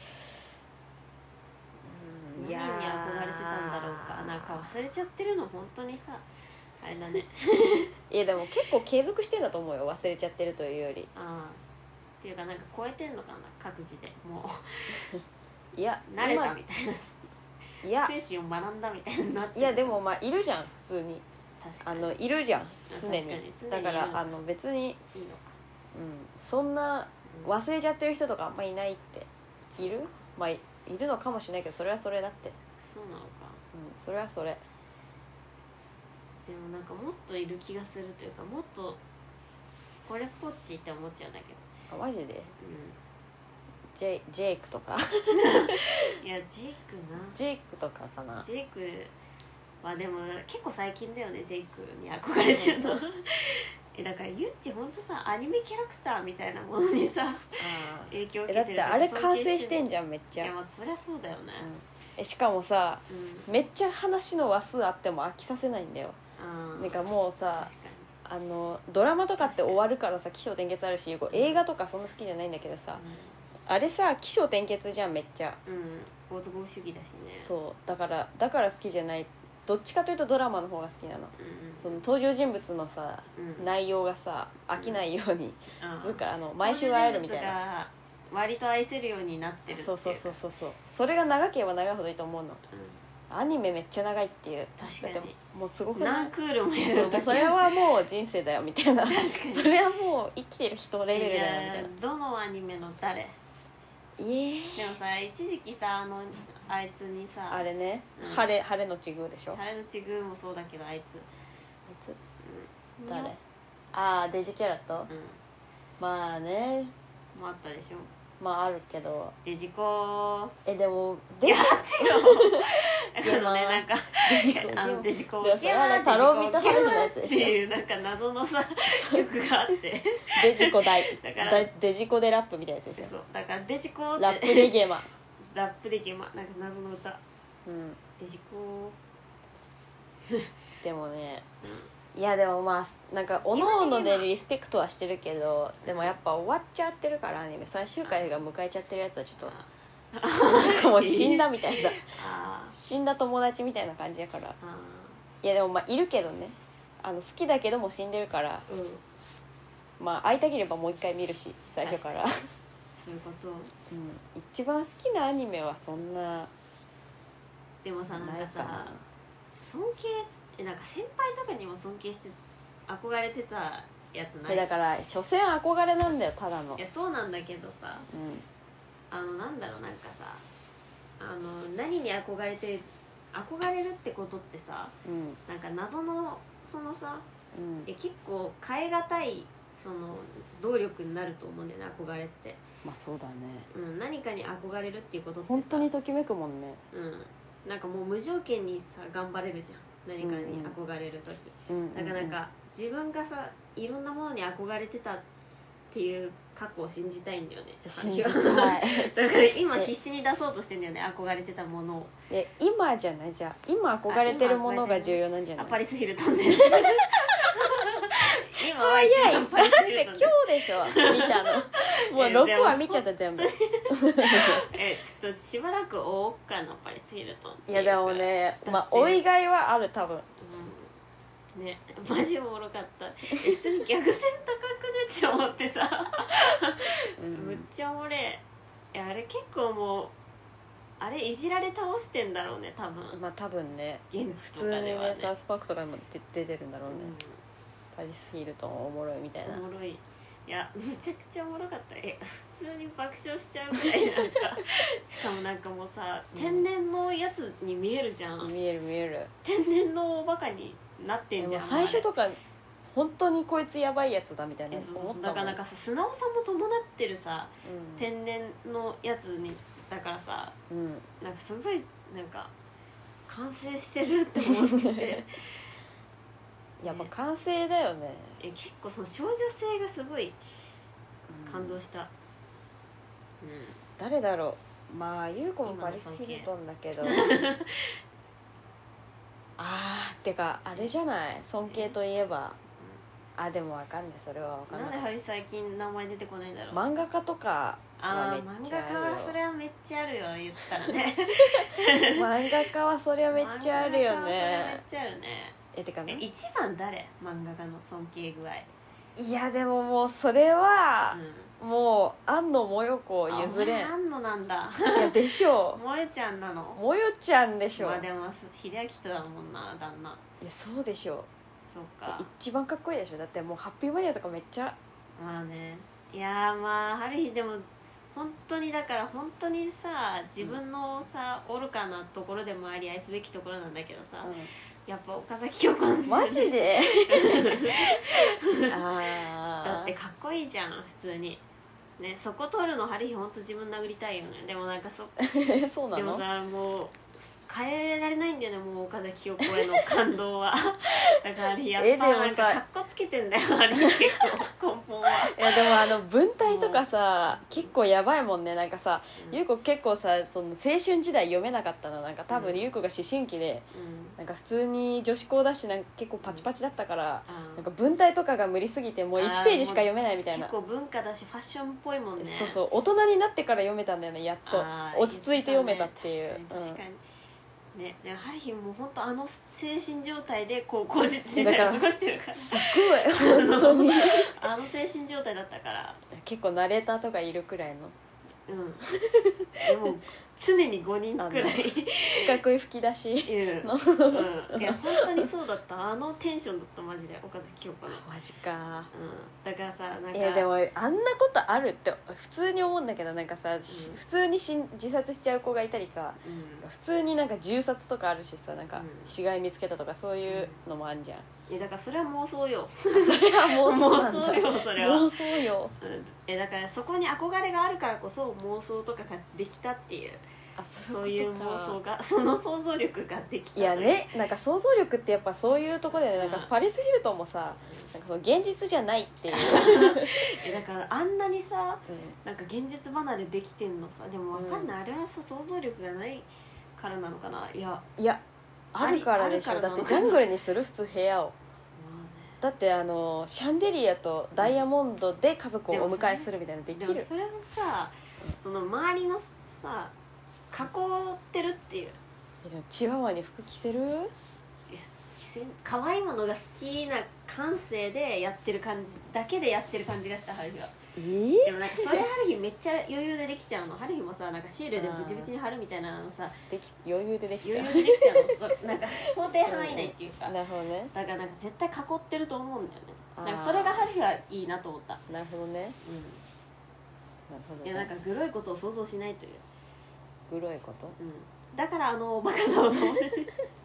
うん、 何に憧れてたんだろうか。なんか忘れちゃってるの本当にさあれだねいやでも結構継続してんだと思うよ忘れちゃってるというよりああっていうかなんか超えてんのかな各自でもいやう慣れたみたいないや精神を学んだみたいになっていやでもまあいるじゃん普通に確かにあのいるじゃん常に確かに常にだかいるのらあの別に、 いいのか、 うん、そんなうん忘れちゃってる人とかあんまいないっているまあいいるのかもしれないけどそれはそれだって、 そうなのか。 うん、それはそれでもなんかもっといる気がするというかもっとこれっぽっちって思っちゃうんだけど、 あマジでうジェイジェイクとかん、いやジェイクなジェイクとかかなジェイクはでも結構最近だよね。ジェイクに憧れてるのえだからゆっちほんとさアニメキャラクターみたいなものにさあ影響を受えだってけてるあれ完成してんじじゃんめっちゃ、 ゃん。いやまあそりゃそうだよね。 うん、えしかもさうん、 めっちゃ話の話数あっても飽きさせないんだよあーなんかもうさ確かあのドラマとかって終わるからさ起承転結あるしこう映画とかそんな好きじゃないんだけどさあれさ起承転結じゃんめっちゃにうん好都合主義だしね。 そうだからだから好きじゃないどっちかというとドラマの方が好きなのうんその登場人物のさうんうん内容がさ飽きないようにあーするからあの毎週会えるみたいな登場人物が割と愛せるようになってるっていうかそうそうそうそうそうそれが長ければ長いほどいいと思うのうアニメめっちゃ長いっていう確かにだってもうすごくん、 ない何クールもやるもうそれはもう人生だよみたいな確かにそれはもう生きてる人レベルだよみたいなやどのアニメの誰ええでもさ一時期さあのあいつにさあれね、 うん晴れ晴れのちぐでしょあい晴れのちぐもそうだけどあいつ、 つうん、 誰ああデジキャラットうんまあねもあったでしょ。 まああるけどデジコえでもデジやってよゲあのねマなんかデジコあのデジコいやそれはね太郎見た春日のやつでしょっていうなんか謎のさ曲があってデジコ大だからだデジコでラップみたいなやつでしょそうだからデジコってラップでゲマラップでゲマなんか謎の歌うんデジコでもねうんいやでもまあなんかおのおのでリスペクトはしてるけどでもやっぱ終わっちゃってるからアニメ最終回が迎えちゃってるやつはちょっとなんかもう死んだみたいなあー死んだ友達みたいな感じやからあいやでもまあいるけどねあの好きだけども死んでるからーうんまあ会いたければもう一回見るし最初からそういうことうん、一番好きなアニメはそんなでもさなんかないかなさ尊敬えなんか先輩とかにも尊敬して憧れてたやつないえだから所詮憧れなんだよただのいやそうなんだけどさうんあのなんだろうなんかさあの何に憧れて憧れるってことってさうんなんか謎のそのさうんえ結構変え難いその動力になると思うんだよね、憧れって。 まあそうだね、 うん、何かに憧れるっていうことってさ本当にときめくもんね。 うん、なんかもう無条件にさ頑張れるじゃん、何かに憧れる時、 うんうん、 だからなんか自分がさいろんなものに憧れてたっていう過去を信じたいんだよね。 信じたいだから今必死に出そうとしてんだよね、憧れてたものを。 え今じゃない、じゃあ今憧れてるものが重要なんじゃない？ あ、パリス・ヒルトンです今は早い、 一番パリス・ヒルトンです。 だって今日でしょ見たのもうろくわ見ちゃった全部えちょっとしばらく追おうかな、パリス・ヒルトンっていやでもね、まあだって追いがいはある多分。 うん、ね、マジおもろかったえ普通に逆線高くねって思ってさ、 うん、 むっちゃおもれえ。いやあれ結構もうあれいじられ倒してんだろうね多分。 まあ多分ね現地とか普通にではねねサウスパークとかにも出出てるんだろうね、 うパリス・ヒルトンおもろいみたいな。 ん、おもろい。いやめちゃくちゃおもろかった。え普通に爆笑しちゃうぐらいなんかしかもなんかもうさ天然のやつに見えるじゃん、 見える見える。 天然のおバカになってんじゃん。 最初とか本当にこいつやばいやつだみたいなえそう思ったもん。 だからなんかさ素直さも伴ってるさ、 うん、 天然のやつにだからさ、 うん、 なんかすごいなんか完成してるって思っててやっぱ完成だよね。 え結構その少女性がすごい感動した、うん、 誰だろう。まあ優子もパリス・ヒルトンだけどあーってかあれじゃない、尊敬といえば、あでもわかんない、それはわかんない。 なんでハリ最近名前出てこないんだろう。 漫画家とかはめっあー漫ちゃあるよ。 画家はそれはめっちゃあるよ言ったらね漫画家はそりゃめっちゃあるよ漫画家はそれめっね。 ちゃあるね。 えてかえ一番誰、漫画家の尊敬具合。 いやでももうそれは、 うん、 もう安野もよこ譲れん。 あんのなんだいやでしょ萌えちゃんなの。 う、もよちゃんでしょ。 まあでも秀明とだもんな旦那。 いやそうでしょう。 そうか。 一番かっこいいでしょ。だってもうハッピーマニアとかめっちゃ。 まあね。いやーまあある日でも本当にだから本当にさ自分のさ、うん、愚かなところでもあり愛すべきところなんだけどさ、うん、やっぱ岡崎京子なんだよね。 マジであだってかっこいいじゃん普通にね。そこ取るのハリー本当自分殴りたいよね。でもなんかそそうなの。 でもさもう変えられないんだよねもう岡崎京子への感動はだからやっぱなんかかっこつけてんだよあれ結構根本は。 いやでもあの文体とかさ結構やばいもんね。なんかさ、うん、優子結構さその青春時代読めなかったの。なんか多分優子が思春期で、うん、なんか普通に女子校だしなんか結構パチパチだったから、うん、なんか文体とかが無理すぎてもういちページしか読めないみたいな。 結構文化だしファッションっぽいもんね。 そうそう大人になってから読めたんだよねやっと。落ち着いて読めたっていう。 確かに確かに、うんね、でもハリーも本当あの精神状態で高校時代を過ごしてるからすごい本当にあの精神状態だったから結構ナレーターとかいるくらいの。 うんでも常にごにんくらい四角い吹き出しの、 うん、いや本当にそうだった。あのテンションだったマジで岡崎京子の。 マジか、 うん、だからさなんかいやでもあんなことあるって普通に思うんだけどなんかさ、うん、普通にしん自殺しちゃう子がいたりさ、うん、普通になんか銃殺とかあるしさなんか死骸見つけたとかそういうのもあんじゃん、 うん、いやだからそれは妄想よそれは妄想なんだ妄想よそれは妄想よ、 うん、えだからそこに憧れがあるからこそ妄想とかができたっていう。 あ そ, そういう妄想がその想像力ができた。 いやねなんか想像力ってやっぱそういうところで、ね、なんかパリス・ヒルトンもさ、うん、なんかその現実じゃないっていうえだからあんなにさ、うん、なんか現実離れできてんのさでもわかんない、うん、あれはさ想像力がないからなのかな。いやいやあるからでしょ。だってジャングルにする普通部屋を、まあね、だってあのシャンデリアとダイヤモンドで家族をお迎えするみたいなのできる。 でもそれもさその周りのさ囲ってるっていう。 チワワに服着せる？ 可愛いものが好きな感性でやってる感じだけでやってる感じがした春日は。 えー、 でもなんかそれ春日めっちゃ余裕でできちゃうの。春日もさなんかシールでブチブチに貼るみたいなのさでき余裕でできちゃう余裕でできちゃうの。そなんか想定範囲内っていうか、 なるほどね。 だからなんか絶対囲ってると思うんだよね。なんかそれが春日はいいなと思った。 なるほどね、うん、なるほどね。 いやなんかグロいことを想像しないという。 グロいこと、 うん、だからあのバカさをと思って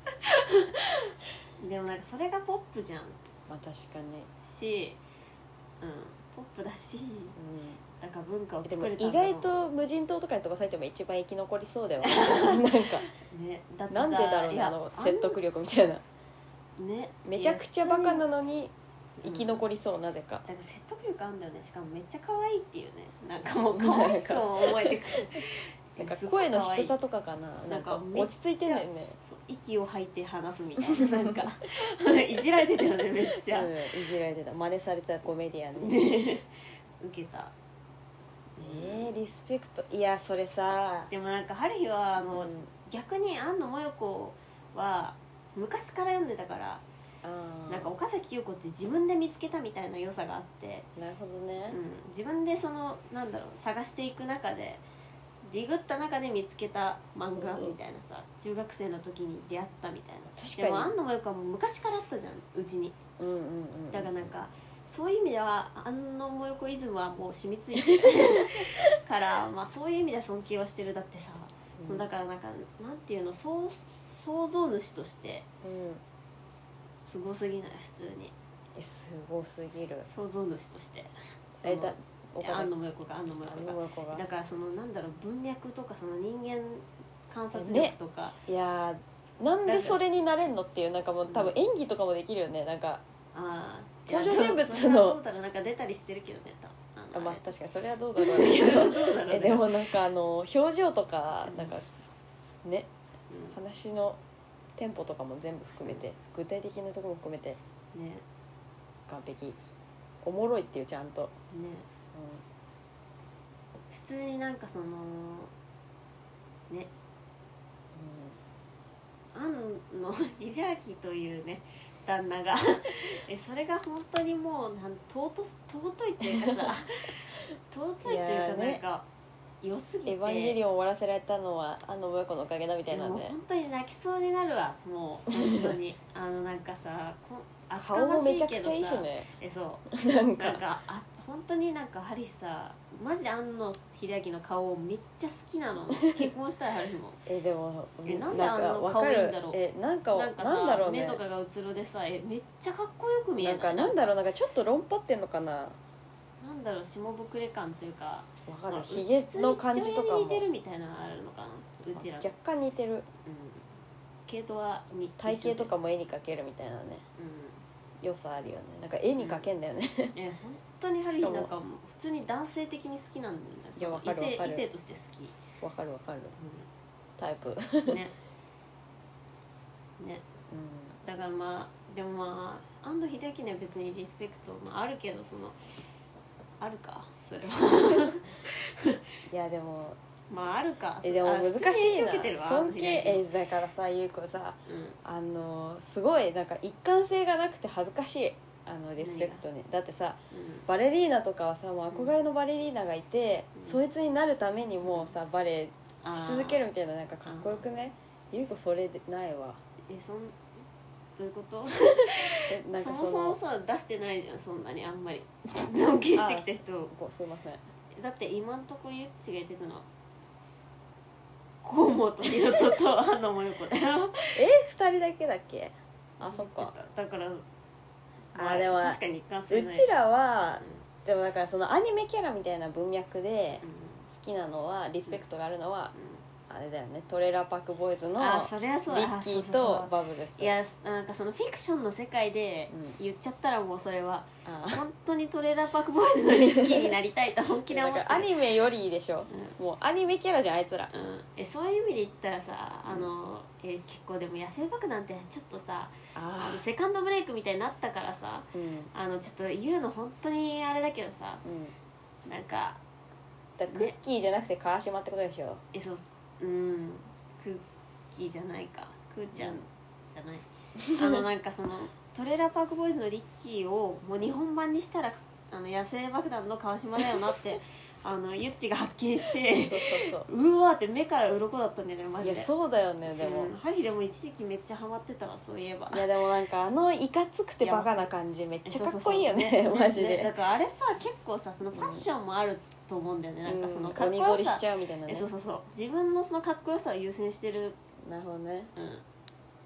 でもなんかそれがポップじゃん。 まあ確かにしポップだし、 うん、 だから文化をでも作れたん意だろう。 外と無人島とかに飛ばされても一番生き残りそうだよなんかね、だってさなんでだろうね、あの説得力みたいな、 ね、 めちゃくちゃバカなの、 のに生き残りそう、なぜか。 だから説得力あるんだよね。しかもめっちゃ可愛いっていうね、なんかもう可愛く思えてくるなんか声の低さとかかな、なんか落ち着いてんだよね。 そう息を吐いて話すみたいな、なんかいじられてたよね、めっちゃ、 うん、いじられてた、真似されてたコメディアンにね受けた。 えー、リスペクト、いやそれさ、 でもなんか春日はあの、 うん、 逆に安野萌子は昔から読んでたから、 あなんか岡崎優子って自分で見つけたみたいな良さがあって、 なるほどね、 うん、自分でそのなんだろう探していく中でディグった中で見つけた漫画みたいなさ、中学生の時に出会ったみたいな。 確かに。 でも安野萌子はもう昔からあったじゃん、うちに。 うんうんうん、 だからなんかそういう意味では安野萌子イズムはもう染みついてるから、まあ、そういう意味では尊敬はしてる。だってさ、うん、そのだからなんかなんていうの、そう創造主としてすごすぎない、普通に。 え、すごすぎる。 創造主としてえだ安野萌子が安野萌子ががだからそのなんだろう、文脈とかその人間観察力とか、 ね、いやなんでそれになれんのっていう、なんかもう多分演技とかもできるよね、なんかあ登場人物のどうだろう、なんか出たりしてるけどね、 あ、まあ確かにそれはどうだろうけどえでもなんかあの表情とかなんかね、うん、話のテンポとかも全部含めて、具体的なところも含めてね、 完璧、おもろいっていう、ちゃんとね、 うん、普通になんかそのね、うん、安野秀明というね旦那がえそれが本当にもうなん尊尊いっていうかさ尊いというか、なんか良すぎて、 エヴァンゲリオン終わらせられたのは安野萌子のおかげだみたいなんで、 もう本当に泣きそうになるわ、もう本当にあのなんかさ、こ顔もめちゃくちゃいいしね。 えそうなんかなんかあ本当になんかハリさ、マジで安野秀明の顔めっちゃ好きなの結婚したいハリもえでもえなんであの顔いいんだろう、 えなんかなんかさ、 なんだろうね、 目とかがうつろでさ、えめっちゃかっこよく見えない？ なんかなんだろう、なんかちょっと論破ってんのかな、 なんだろう、下ぼくれ感というか、 わかる、ひげの感じとかもに似てるみたいなのあるのかな、うちら若干似てる、うん、 系統はに体型とかも絵に描けるみたいなね、うん、良さあるよね、なんか絵に描けんだよね、うん、 え本当にハリーなんかも普通に男性的に好きなんだよね。 いやわかるわかる、 異性として好き、 わかるわかる、うん、タイプねね、うん、だからまあでもまあ安藤秀明には別にリスペクト、まあ、あるけど、そのあるかそれはいやでもまああるか、 えでも難しいな、尊敬えだからさ、ゆう子さ、 うん、 あのすごいなんか一貫性がなくて恥ずかしい、あのリスペクトに。だってさ、うん、バレリーナとかはさ、もう憧れのバレリーナがいて、うん、そいつになるためにもうさバレエし続けるみたいな、なんかかっこよくね。ゆう子それないわ。 えそんどういうことえなんかそ, そもそもさ出してないじゃん、そんなにあんまり尊敬してきた人を。 すいません。 だって今んとこゆっちが言ってたのは河本大翔と安野萌子だよえ二人だけだっけ？あ、そっか。 だから、 まあ、あでも確かに一貫性ない。 うちらは、うん、でもだからそのアニメキャラみたいな文脈で好きなのは、リスペクトがあるのは、うん、あれだよね、トレーラーパークボーイズのリッキーとバブルス。 いやなんかそのフィクションの世界で言っちゃったらもうそれは、うん、本当にトレーラーパークボーイズのリッキーになりたいと本気で思ってる。 アニメよりいいでしょ、うん、もうアニメキャラじゃんあいつら、 うん、えそういう意味で言ったらさ、あのえ結構でも野生爆弾ってちょっとさ、あのセカンドブレイクみたいになったからさ、うん、あのちょっと言うの本当にあれだけどさ、うん、なんかだクッキーじゃなくて川島ってことでしょ。 えそううんクッキーじゃないか、クーちゃんじゃない、うん、あのなんかそのトレーラーパークボーイズのリッキーをもう日本版にしたらあの野生爆弾の川島だよなってあのゆっちが発見してそうそうそう、うわーって目から鱗だったんだよねマジで。 いやそうだよね。でも、 うん、ハリーでも一時期めっちゃハマってたわ、そういえば。 いやでもなんかあのいかつくてバカな感じめっちゃかっこいいよね、そうそうそうねマジで、 ね、だからあれさ結構さそのファッションもあると思うんだよね、うん、なんかそのかっこよさ、鬼ぞりしちゃうみたいなね。 そうそうそう、自分のそのかっこよさを優先してる。 なるほどね、 うん、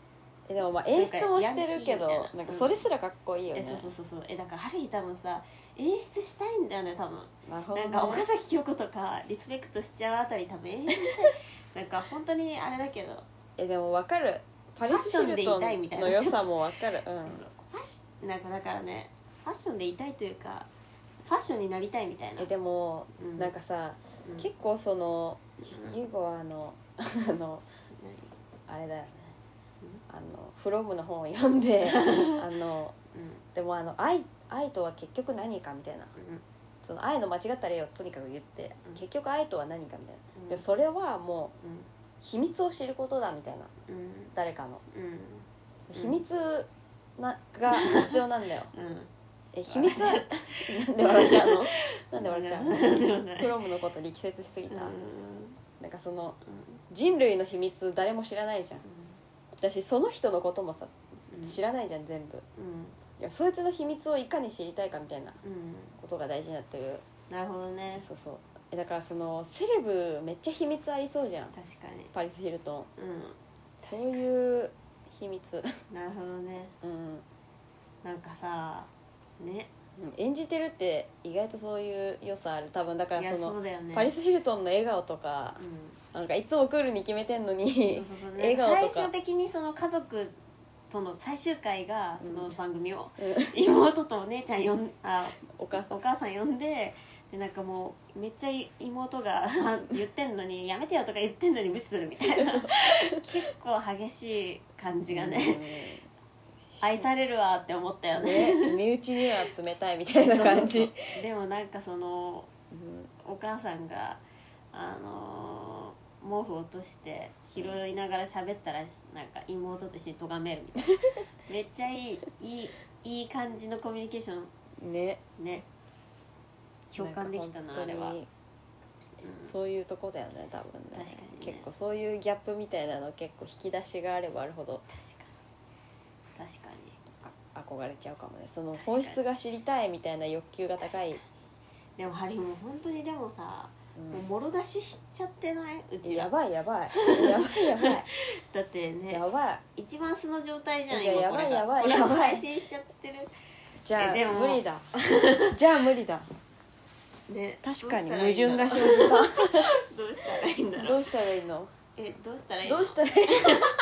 えでもまあ演出もしてるけどなんかヤンキーみたいななんかそれすらかっこいいよね、 えそうそうそうそうえだからハリー多分さ演出したいんだよね多分なるほど、ね、 なんか岡崎京子とかリスペクトしちゃうあたり多分演出したいなんか本当にあれだけどえでも分かるパリス・ヒルトンの良さも分かる、うん、 ファッシなんかだからねファッションでいたいというかファッションになりたいみたいなえでも、うん、なんかさ、うん、結構その、うん、ユーゴはあのあのあれだよね、うん、あのフロムの本を読んであの、うん、でもあの愛愛とは結局何かみたいな、うん、その愛の間違った例をとにかく言って、うん、結局愛とは何かみたいな、うん、でそれはもう、うん、秘密を知ることだみたいな、うん、誰かの、うん、秘密なが必要なんだよ、うん、え秘密なんで笑っちゃうのなんで笑っちゃうのフロムのこと力説しすぎた、うん、なんかその、うん、人類の秘密誰も知らないじゃん、うん、私その人のこともさ、うん、知らないじゃん全部、うん、いやそいつの秘密をいかに知りたいかみたいなことが大事になってる、 うん、なるほどねそうそうえだからそのセレブめっちゃ秘密ありそうじゃん確かにパリス・ヒルトン、うん、そうういう秘密なるほどね、うん、なんかさね、 演じてるって意外とそういう良さある多分だからそのそうだよ、ね、 パリス・ヒルトンの笑顔とか、うん、なんかいつもクールに決めてんのにそうそうそう、ね、笑顔とか最終的にその家族との最終回がその番組を、うん、妹とお姉ちゃん呼んあお母さんお母さん呼んででなんかもうめっちゃ妹が言ってんのにやめてよとか言ってんのに無視するみたいな結構激しい感じがね、うん、愛されるわって思ったよね身内には冷たいみたいな感じそうそうそうでもなんかその、うん、お母さんがあのー、毛布を落として拾いながら喋ったらなんか妹と一緒に咎めるみたいなめっちゃいいいいいい感じのコミュニケーションねね共感できたなあれは、うん、 そういうとこだよね多分ね確かにね結構そういうギャップみたいなの結構引き出しがあればあるほど確かに確かに憧れちゃうかもねその本質が知りたいみたいな欲求が高いでもハリーも本当にでもさ、うん、もうもろ出ししちゃってないうちやばいやばいやばいやばいだってねやばい一番素の状態じゃんじゃあやばいやばいやばい配信しちゃってるじゃあでも無理だじゃあ無理だね、確かに矛盾が生じたどうしたらいいんだろうどうしたらいいのえどうしたらいいのどうしたらいいの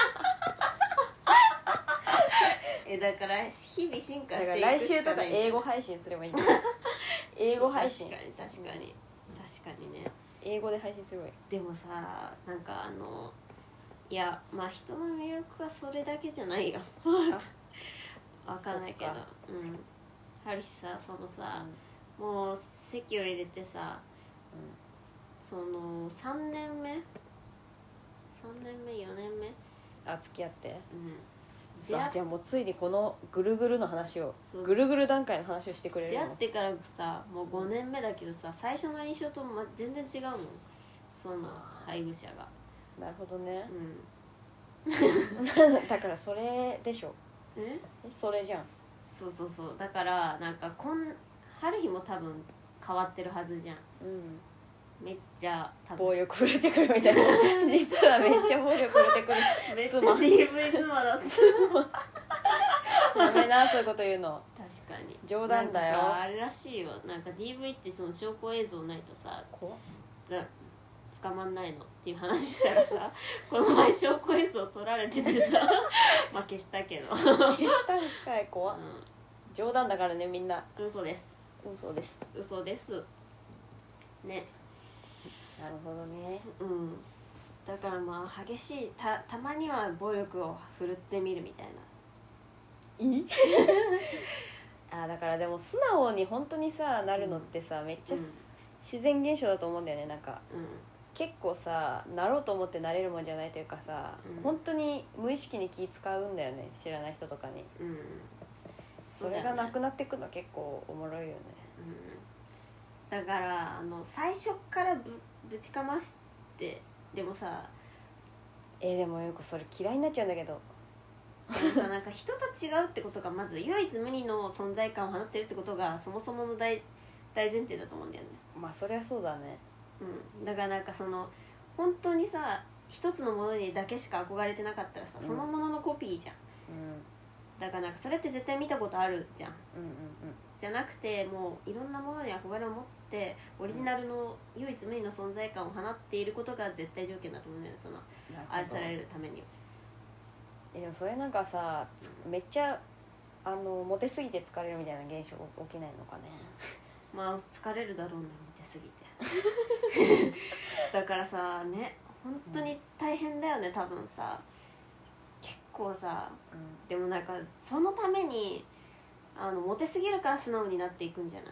えだから日々進化していくしかないだから来週とか英語配信すればいいんだ英語配信確かに確かに、うん、確かにね英語で配信すればいいでもさなんかあのいやまあ人の魅力はそれだけじゃないよわかんないけどうんハリーさそのさ、うん、もう籍を入れてさ、うん、そのさんねんめさんねんめよねんめあ付き合って、 うん、 さあじゃあもうついにこのぐるぐるの話をぐるぐる段階の話をしてくれるの出会ってからさもうごねんめだけどさ最初の印象と、ま、全然違うのその配偶者がなるほどね、 うん、 だからそれでしょえそれじゃんそうそうそうだからなんかこん春日も多分変わってるはずじゃん、うん、めっちゃ多分暴力振るってくるみたいな実はめっちゃ暴力振るってくるめっちゃ ディーブイ 妻だったやめなそういうこと言うの確かに冗談だよあれらしいよなんか ディーブイ ってその証拠映像ないとさだ捕まんないのっていう話したらさこの前証拠映像撮られててさまあ消したけど消したんかい怖っ、うん、冗談だからねみんな嘘です嘘です嘘ですねなるほどねうんだからまあ激しい た, たまには暴力を振るってみるみたいないあだからでも素直に本当にさなるのってさ、うん、めっちゃ、うん、自然現象だと思うんだよねなんか、うん、結構さなろうと思ってなれるもんじゃないというかさ、うん、本当に無意識に気使うんだよね知らない人とかに、うん、それがなくなってくの結構おもろいよね、 うん、だからあの最初から ぶ, ぶちかましてでもさえー、でもよくそれ嫌いになっちゃうんだけどさなんか人と違うってことがまず唯一無二の存在感を放ってるってことがそもそもの 大, 大前提だと思うんだよねまあそりゃそうだねうんだからなんかその本当にさ一つのものにだけしか憧れてなかったらさ、うん、そのもののコピーじゃんだからなんかそれって絶対見たことあるじゃん。 うんうんじゃなくてもういろんなものに憧れを持ってオリジナルの唯一無二の存在感を放っていることが絶対条件だと思うんだよね、そのうん。なるほど。 愛されるためには。 えでもそれなんかさ、めっちゃあのモテすぎて疲れるみたいな現象起きないのかね。 まあ疲れるだろうね、見てすぎてだからさね、本当に大変だよね、多分さ。結構さ、 うん、 でもなんかそのためにあのモテすぎるから素直になっていくんじゃない？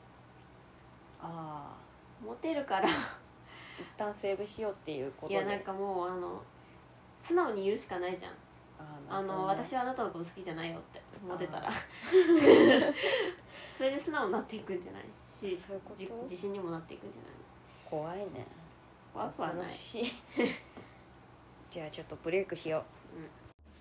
ああ、 モテるから一旦セーブしようっていうことで。 いやなんかもうあの素直に言うしかないじゃん。あの、私はあなたのこと好きじゃないよってモテたらそれで素直になっていくんじゃないし、 そういうこと？ じ自信にもなっていくんじゃない？ 怖いね。 怖くはない。 じゃあちょっとブレイクしよう。 うん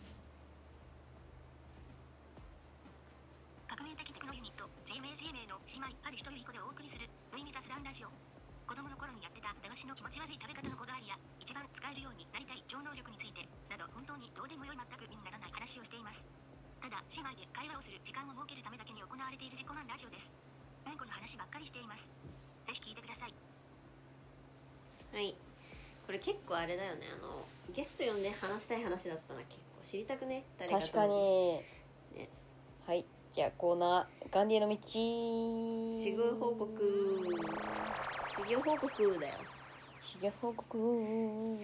革命的テクノユニット ジーエムエージーエムエー の姉妹ある人ゆり子でお送りする無意味雑談ラジオ。子供の頃にやってた駄菓子の気持ち悪い食べ方のこだわりや一番使えるようになりたい超能力についてなど本当にどうでもよい全く意にならない話をしています。ただ姉妹で会話をする時間を設けるためだけに行われている自己満ラジオです。うんこの話ばっかりしています。ぜひ聞いてください。 はい、これ結構あれだよね、あのゲスト呼んで話したい話だったな。結構知りたくね、誰かと。 確かに、 ね、 はい、じゃあコーナーガンディへの道。 修行報告。修行報告だよ。 修行報告違う、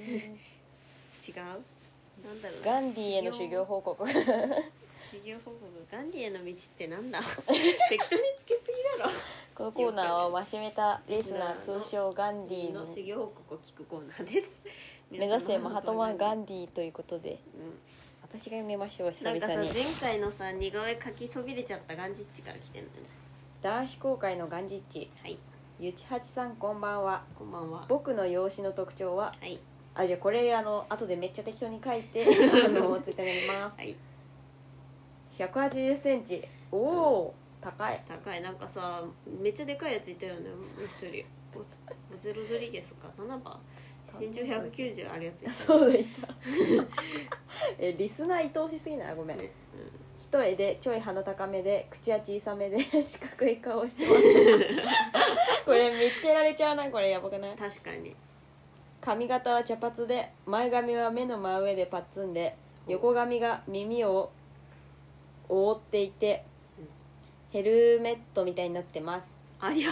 なんだろう、 ガンディへの修行報告修行報告。ガンディへの道ってなんだ適当につけすぎだろこのコーナーはマシメタリスナー通称ガンディのの修行報告を聞くコーナーです。 目指せマハトマンガンデディということで、 ィ、うん、 私が読みましょう。久なんかさ、 々に前回のさ似顔絵描きそびれちゃったガンジッチから来てんのよね。 男子公開のガンジッチ。 はい、 ゆちはちさんこんばんは。 こんばんは。 僕の容姿の特徴は、 はい、 あ、じゃあこれあの後でめっちゃ適当に書いてあのツイッターにやります。 はい、 ひゃくはちじゅっセンチ。おお、高い。 高い。なんかさめっちゃでかいやついたよね、もう一人。オゼロドリゲスかななば身長ひゃくきゅうじゅうあるやついた。 そうだいたえリスナー愛おしすぎない？ごめん、 ね、 一重でちょい鼻高めで口は小さめで四角い顔してますこれ見つけられちゃうな。これやばくない？ うん、確かに。 髪型は茶髪で前髪は目の真上でパッツンで横髪が耳を覆っていてヘルメットみたいになってます。 ありゃ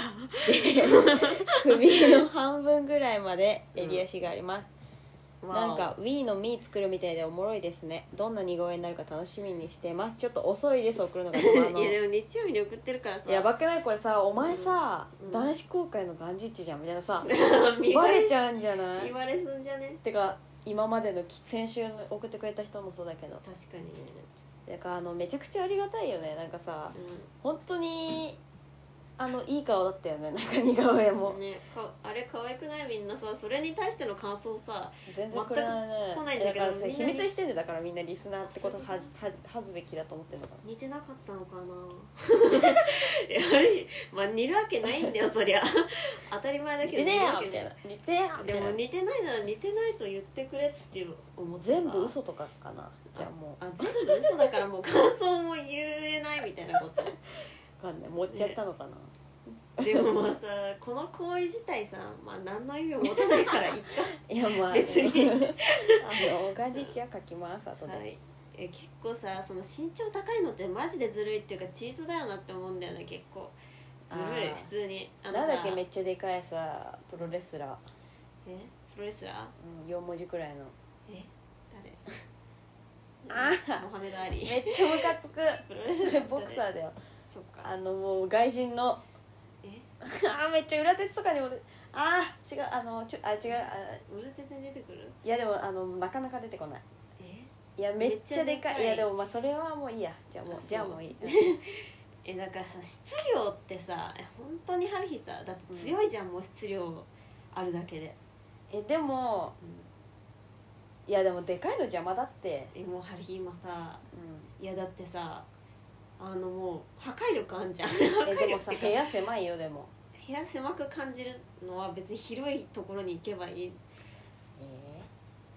首の半分ぐらいまで襟足があります、 うん、 なんか Wii の ミー 作るみたいでおもろいですね。どんな似顔絵になるか楽しみにしてます。ちょっと遅いです送るのが。 いやでも日曜日に送ってるからさ。 やばくない？これさ、お前さ、 うん、 男子公開のガンジッチじゃんみたいなさババレちゃうんじゃない？ 言われすんじゃね。 てか今までの先週送ってくれた人もそうだけど、 確かにね。 だからあのめちゃくちゃありがたいよね。なんかさ、 うん、 本当にあのいい顔だったよね。なんか似顔絵も、 ね、かあれ可愛くない？みんなさそれに対しての感想さ全然くれないね。 来ないんだけどだからさみんな秘密してんで、だからみんなリスナーってことはあじはじはずべきだと思ってるのかな。 似てなかったのかなやはりまあ似るわけないんだよそりゃ当たり前だけど似てねえよ似るわけみたいな、似てえよみでたいな。 も似てないなら似てないと言ってくれって思ってさ。 全部嘘とかかな。じゃあもうあ全部嘘だからもう感想も言えないみたいなことわかんない、盛っちゃったのかな、 でもまあさこの行為自体さ、まあ、何の意味も持たないからいっかいやまあ別にあのガンジッチは書きます後で、 はい、え結構さその身長高いのってマジでずるいっていうかチートだよなって思うんだよね。結構ずるいあー普通に。あのさなんだっけ、めっちゃでかいさプロレスラー、 えプロレスラーうん、よん文字くらいのえ誰あーモハメド・アリめっちゃムカつくプロレスラーそれボクサーだよ。 そっか。 あのもう外人のえあーめっちゃ裏鉄とかにもであー違うあのちょあ違うあ裏手線出てくる？ いやでもあのなかなか出てこない。 えいやめっちゃでかい。 めっちゃでかいいやでもまあそれはもういいや。じゃあもうあそうじゃあもういいえだからさ質量ってさ本当に春日さだって強いじゃん、もう質量あるだけで、 えでもうん、 いやでもでかいの邪魔だって、 えもう春日今さうん、 いやだってさあのもう破壊力あんじゃんえでもさ部屋狭いよ。でも部屋狭く感じるのは別に広いところに行けばいい。 え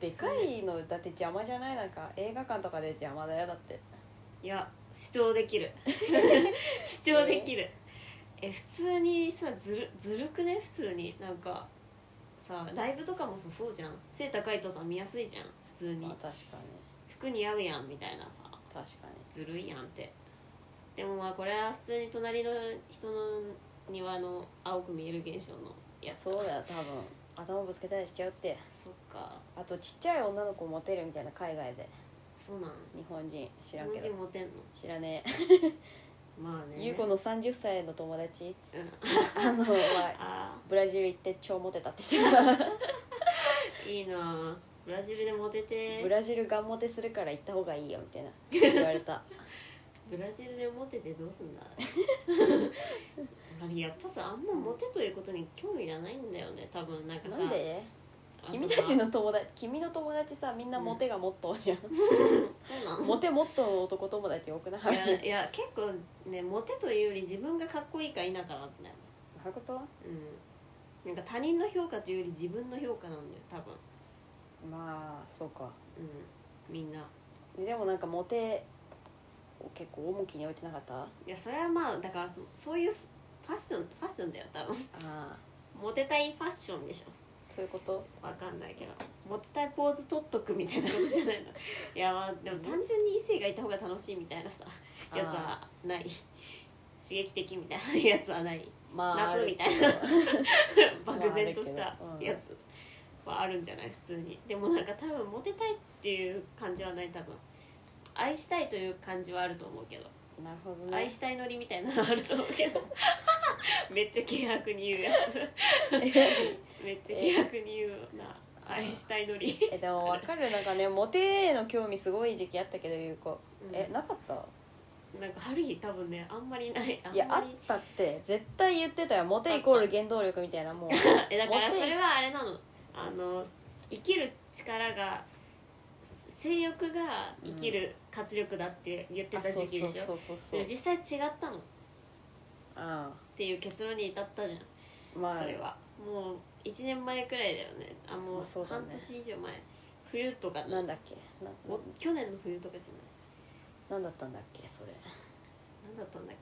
でかいのだって邪魔じゃない？なんか映画館とかで邪魔だよだって。 いや主張できる主張できる。え普通にさずるずるくね？普通になんかさライブとかもさそうじゃん。背高いとさ見やすいじゃん普通に。 まあ、確かに服似合うやんみたいなさ。 確かずるいやんって。でもまあこれは普通に隣の人の庭の青く見える現象のやに。 つ。 そうだよ多分頭ぶつけたりしちゃうって。 そっか。 あとちっちゃい女の子モテるみたいな海外で。 そうなん。 日本人知らんけど。 日本人モテんの？ 知らねえ。 まあね。 ゆうこのさんじゅっさいの友達、 うん、 あの、まあ、 あブラジル行って超モテたって言ってた。 いいな。ブラジルでモテて。 ブラジルガンモテするから行った方がいいよみたいな言われた。 ブラジルでモテてどうすんだ。あれやっぱさあんまモテということに興味がないんだよね多分。なんかさなんで？君たちの友達、君の友達さみんなモテがモットーじゃん。 そうなの？ モテモットーの男友達多くない？ いやいや結構ねモテというより自分がかっこいいか否かなんだよ。 そういうこと？ うん。なんか他人の評価というより自分の評価なんだよ多分。 まあそうか。 うんみんな。 でもなんかモテを結構重きに置いてなかった？ いやそれはまあだから そ, そういうファッションファッションだよ多分。 ああモテたいファッションでしょ。 そういうこと？ わかんないけどモテたいポーズ取っとくみたいなことじゃないの。いやまあでも単純に異性がいた方が楽しいみたいなさやつはない刺激的みたいなやつはない、 まあ、 夏みたいな漠然としたやつはあるんじゃない普通に。でもなんか多分モテたいっていう感じはない多分。愛したいという感じはあると思うけど。 なるほどね。 愛したいノリみたいなのあると思うけどめっちゃ軽薄に言うやつめっちゃ軽薄に言うな愛したいノリ。 えでも分かる。なんかねモテへの興味すごい時期あったけどゆうこ、うん、えなかった？ なんか春日多分ねあんまりない。あんまりいやあったって絶対言ってたよ。モテイコール原動力みたいなもうえだからそれはあれなの。あの生きる力が性欲が生きる活力だって言ってた時期でしょ。実際違ったのあっていう結論に至ったじゃん、まあ、それはもういちねんまえくらいだよね。あもう半年以上前、冬とかなんだっけなお去年の冬とかじゃない。 何だったんだっけそれ。 何だったんだっ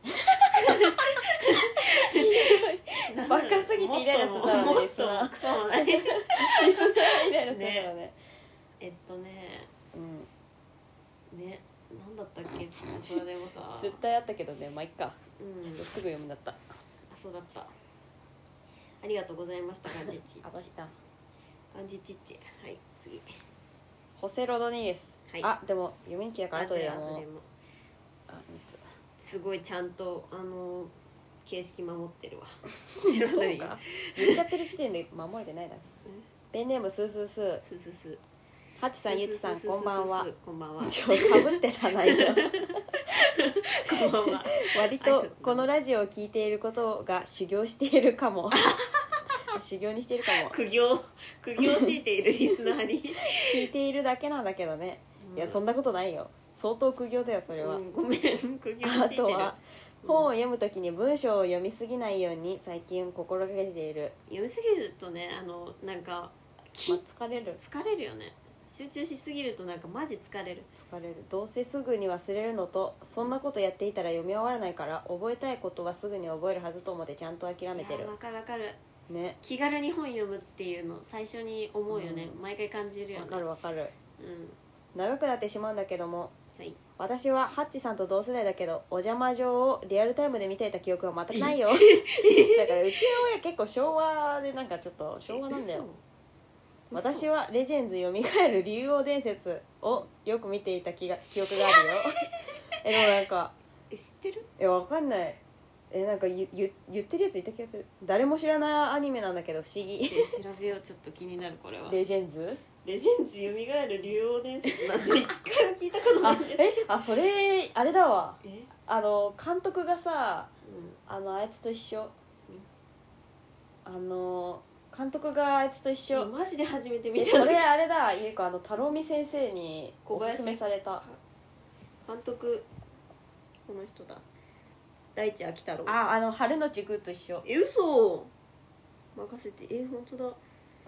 けバカすぎてイライラするだろうね。 クソもないリスナーイライラするだろうね。 えっとねうんね何だったっけそれでもさ絶対あったけどねまあいっか、 うん、 ちょっとすぐ読むんだった。 あそうだった。ありがとうございましたガンジッチあばしたガンジッチッチ。はい次ホセロドニーです、はい、あでも読みに来たから後で読もう。あミスすごいちゃんとあの形式守ってるわそうか言っちゃってる時点で守れてないだろ。ペンネームスースースースースースーハチさんゆちさんこんばんは。 こんばんは。 ちょかぶってたな今こんばんは。 割とこのラジオを聞いていることが修行しているかも修行にしているかも。 苦行苦行強いているリスナーに聞いているだけなんだけどね、うん、いやそんなことないよ。相当苦行だよそれは、うん、 ごめん苦行強いてる。 あとは本を読むときに文章を読みすぎないように最近心がけている。 読みすぎるとねあのなんか、まあ、 疲れる疲れるよね。集中しすぎるとなんかマジ疲れる疲れる。どうせすぐに忘れるのとそんなことやっていたら読み終わらないから覚えたいことはすぐに覚えるはずと思ってちゃんと諦めてる。 わかるわかる、 ね、 気軽に本読むっていうの最初に思うよね、うん、毎回感じるよね。 わかるわかる、 うん、 長くなってしまうんだけども、 はい、 私はハッチさんと同世代だけどお邪魔状をリアルタイムで見ていた記憶は全くないよだからうちの親結構昭和でなんかちょっと昭和なんだよ。私はレジェンズよみがえる竜王伝説をよく見ていた気が記憶があるよえでもなんかえ知ってる？ えわかんない。えなんか言言言ってるやついた気がする。誰も知らないアニメなんだけど不思議。 調べようちょっと気になるこれは。 レジェンズ？ レジェンズよみがえる竜王伝説なんて一回も聞いたことないんです。 えあそれあれだわ。 えあの監督がさ、 うん、 あのあいつと一緒。あの監督があいつと一緒。 マジで初めて見た。 それあれだゆうかあの太郎美先生におすすめされた監督この人だ大地秋太郎。 ああの春のちぐと一緒。 え嘘任せて。え本当だ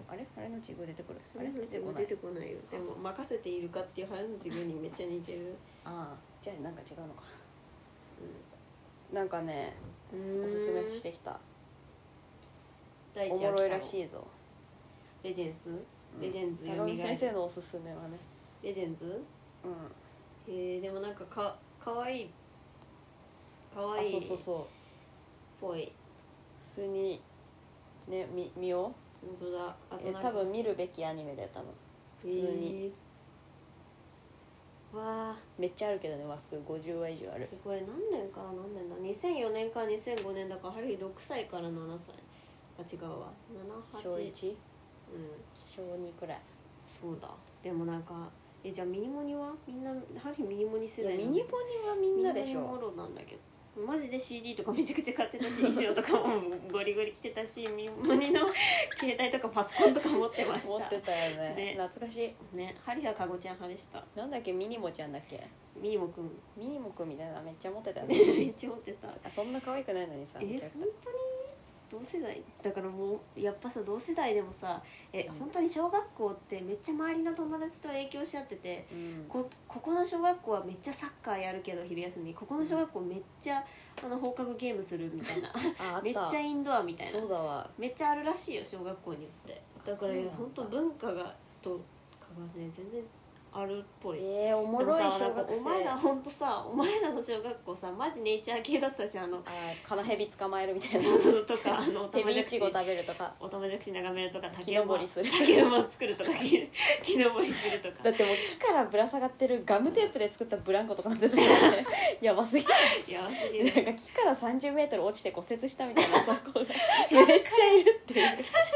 あれ晴れのちぐ出てくるああれれ出てこない出てこないよ。でも任せているかっていう晴れのちぐにめっちゃ似てる。 ああじゃあなんか違うのか、うん、なんかねうんおすすめしてきた第お一話来たもろいらしいぞ。 レジェンズレジェンズタロミよみがえる先生のおすすめはね、 レジェンズうん、 へえでもなんかかかわいいかわあいいそうそうそうぽい。 普通にね見見よ本当だ。あうえとなんか多分見るべきアニメだよ多分普通に、 へーわあめっちゃあるけどね話数ごじゅうわ以上ある。 これ何年から何年だにせんよねんからにせんごねんだからハリーろくさいからななさいあ違うわななはち小 いち? うん小にくらい。 そうだ。でもなんかえじゃあミニモニはみんなハリーミニモニ世代いやミニモニはみんなでしミニモニもょ。 ろなんだけどマジで シーディー とかめちゃくちゃ買ってたし衣装とかもゴリゴリ着てたしミニモニの携帯とかパソコンとか持ってました持ってたよねね懐かしい。 ねハリーはカゴちゃん派でしたなんだっけミニモちゃんだっけミニモくんミニモくんみたいなのめっちゃ持ってたよねめっちゃ持ってたあそんな可愛くないのにさえキャラクター本当に同世代だからもうやっぱさ同世代でもさえ、 うん本当に小学校ってめっちゃ周りの友達と影響し合っててうんこここの小学校はめっちゃサッカーやるけど昼休みここの小学校めっちゃあの放課後ゲームするみたいなああっためっちゃインドアみたいなそうだわめっちゃあるらしいよ小学校によってだからそうなんだ本当文化がとかがね全然あるっぽいえー、おもでもろいさなんか小学生お前ら本当さお前らの小学校さマジネイチャー系だったじゃんあのあカナヘビ捕まえるみたいなとかあのおたヘまじゃくしビイチゴ食べるとかおたまじゃくし眺めるとか木登りする竹馬を作るとか木木登りするとかだってもう木からぶら下がってるガムテープで作ったブランコとかなってたからねやばすぎるやばすぎるなんか木からさんじゅうメートル落ちて骨折したみたいなさ子がめっちゃいるっていう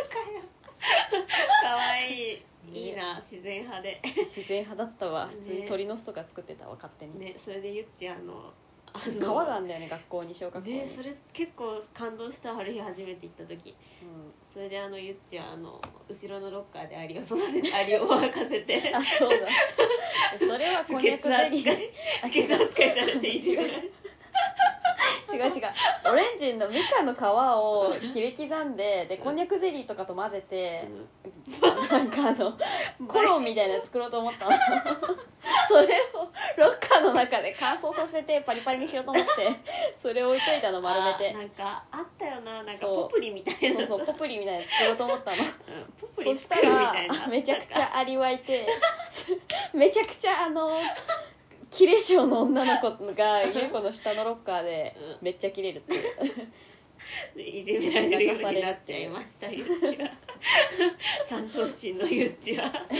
かわいいいいな自然派で自然派だったわ普通にね鳥の巣とか作ってたわ勝手に、 ねそれでゆっちあのあの川があんだよね学校に小学校に、 ねそれ結構感動したある日初めて行った時うんそれであのゆっちはあの後ろのロッカーでアリを育ててアリを沸かせてあそうだそれはこんにゃくゼリーあ血扱いされていじめられる違う違うオレンジのみかんの皮を切り刻んででこんにゃくゼリーとかと混ぜて、なんかあのコロンみたいなの作ろうと思ったのそれをロッカーの中で乾燥させてパリパリにしようと思ってそれを置いといたの丸めてあなんかあったよななんかそうポプリみたいなそうそうポプリみたいなの作ろうと思ったのうんポプリそした作るみたいならめちゃくちゃアリ湧いてめちゃくちゃあのキレ性の女の子がゆう子の下のロッカーでうんめっちゃキレるっていういじめられるようになっちゃいましたゆっちは三頭身のゆっちは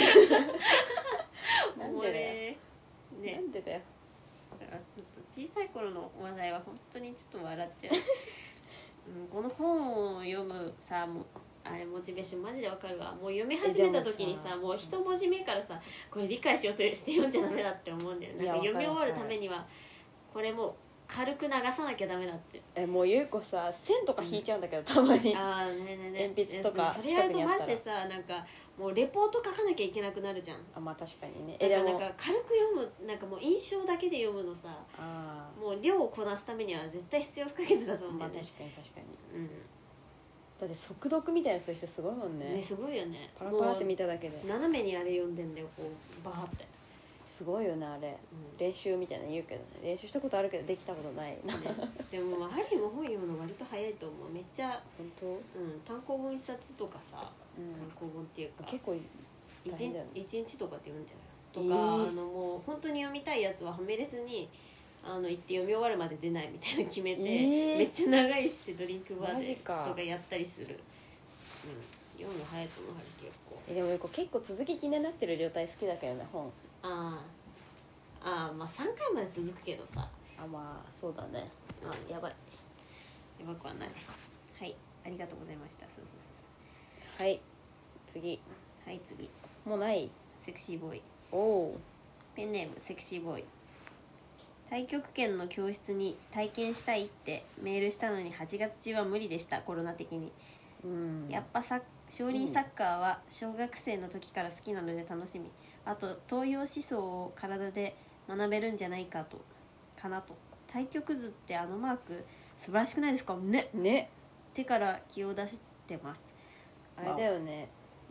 なんでだよねねなんでだよだからちょっと小さい頃の話題は本当にちょっと笑っちゃう、うん、この本を読むさもうあれモチベーションマジでわかるわもう読み始めた時にさえでもさもう一文字目からさこれ理解しようとして読んじゃダメだって思うんだよねいやなんか読み終わるわかるためにはこれもう軽く流さなきゃダメだってえもうゆう子さ線とか引いちゃうんだけど、たまにああねえねえねえ鉛筆とかそれやると近くにあったらマジでさなんかもうレポート書かなきゃいけなくなるじゃんあまあ確かにねだえでもからなんか軽く読むなんかもう印象だけで読むのさあもう量をこなすためには絶対必要不可欠だとあまあ思うんだよね確かに確かにうんだって速読みたいなする人すごいもんねねすごいよねパラパラって見ただけでもう斜めにあれ読んでんだよこうバーって、 すごいよねあれうん練習みたいなの言うけどね練習したことあるけどできたことないなね、でもまあハリーも本読むの割と早いと思うめっちゃ、 本当、 うん、単行本一冊とかさうん単行本っていうか結構一大変だよね一日とかで読んじゃうよとか、 えーあのもう本当に読みたいやつははめれずにあの行って読み終わるまで出ないみたいな決めて、 えーめっちゃ長いしてドリンクバーでマジかとかやったりする、うん、読むの早いと思うハリー結構えでもゆう子結構続き気になってる状態好きだけどね本あーあーまあさんかいまで続くけどさあまあそうだねあやばいやばくはないはいありがとうございましたそうそうそうはい次そうはい次もうないセクシーボーイおおペンネームセクシーボーイ太極拳の教室に体験したいってメールしたのにはちがつ中は無理でしたコロナ的に、 うんやっぱさ少林サッカーは小学生の時から好きなので楽しみあと東洋思想を体で学べるんじゃないかとかなと太極図ってあのマーク素晴らしくないですかねね手から気を出してますあれだよね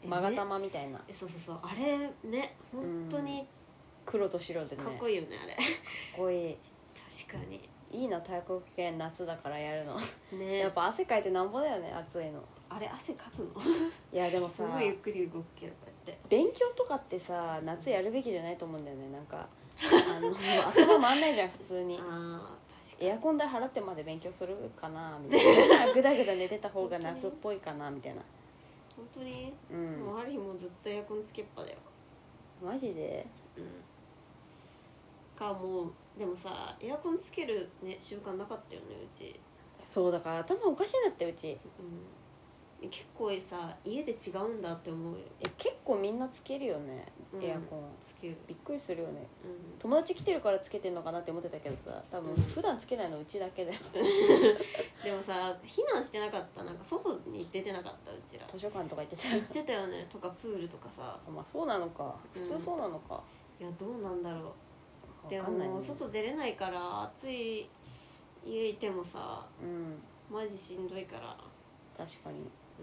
まが玉みたいな、 えそうそうそうあれね本当に黒と白でねかっこいいよねあれかっこいい。 確かにいいな太極拳夏だからやるのねやっぱ汗かいてなんぼだよね暑いの。 あれ汗かくのいやでもさすごいゆっくり動くけどこうやって勉強とかってさ夏やるべきじゃないと思うんだよね。なんかあの頭回んないじゃん普通に。 ああ確かにエアコン代払ってまで勉強するかなみたいなぐだぐだ寝てた方が夏っぽいかなみたいな。 本当に、 うもんうある日もうずっとエアコンつけっぱだよマジで。 うんかもうでもさエアコンつける、ね、習慣なかったよねうち、 そうだから頭おかしいんだってうち。 うん、結構さ家で違うんだって思うよ、 え結構みんなつけるよねうんエアコン。 つける、 びっくりするよね。 うん、 友達来てるからつけてんのかなって思ってたけどさ多分うん普段つけないのうちだけだよでもさ避難してなかったなんか外に出てなかったうちら図書館とか行ってた行ってたよねとかプールとかさまあそうなのか普通そうなのか、 いやどうなんだろうでわかんないねも外出れないから暑い家いてもさうんマジしんどいから確かに。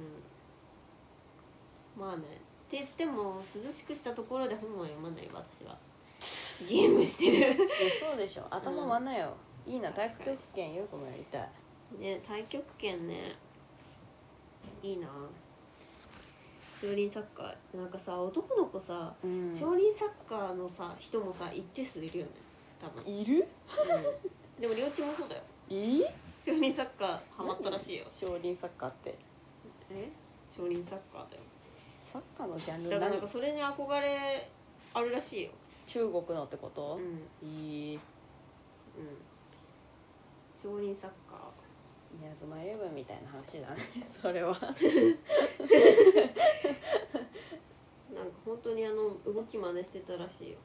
うんまあねって言っても涼しくしたところで本は読まない私はゲームしてるいやそうでしょ頭回んないよ、いいな太極拳よくもやりたい。 ね太極拳ねいいな少林サッカーなんかさ男の子さ、 うん少林サッカーのさ人もさ一定数いるよね多分、 いるうん、でも両チームそうだよいい少林サッカーハマったらしいよ少林サッカーってえ少林サッカーだよサッカーのジャンルだからなん何かそれに憧れあるらしいよ中国のってことうん、 いいうん、少林サッカー稲妻イレブンみたいな話だねそれはなんか本当にあの動き真似してたらしいよ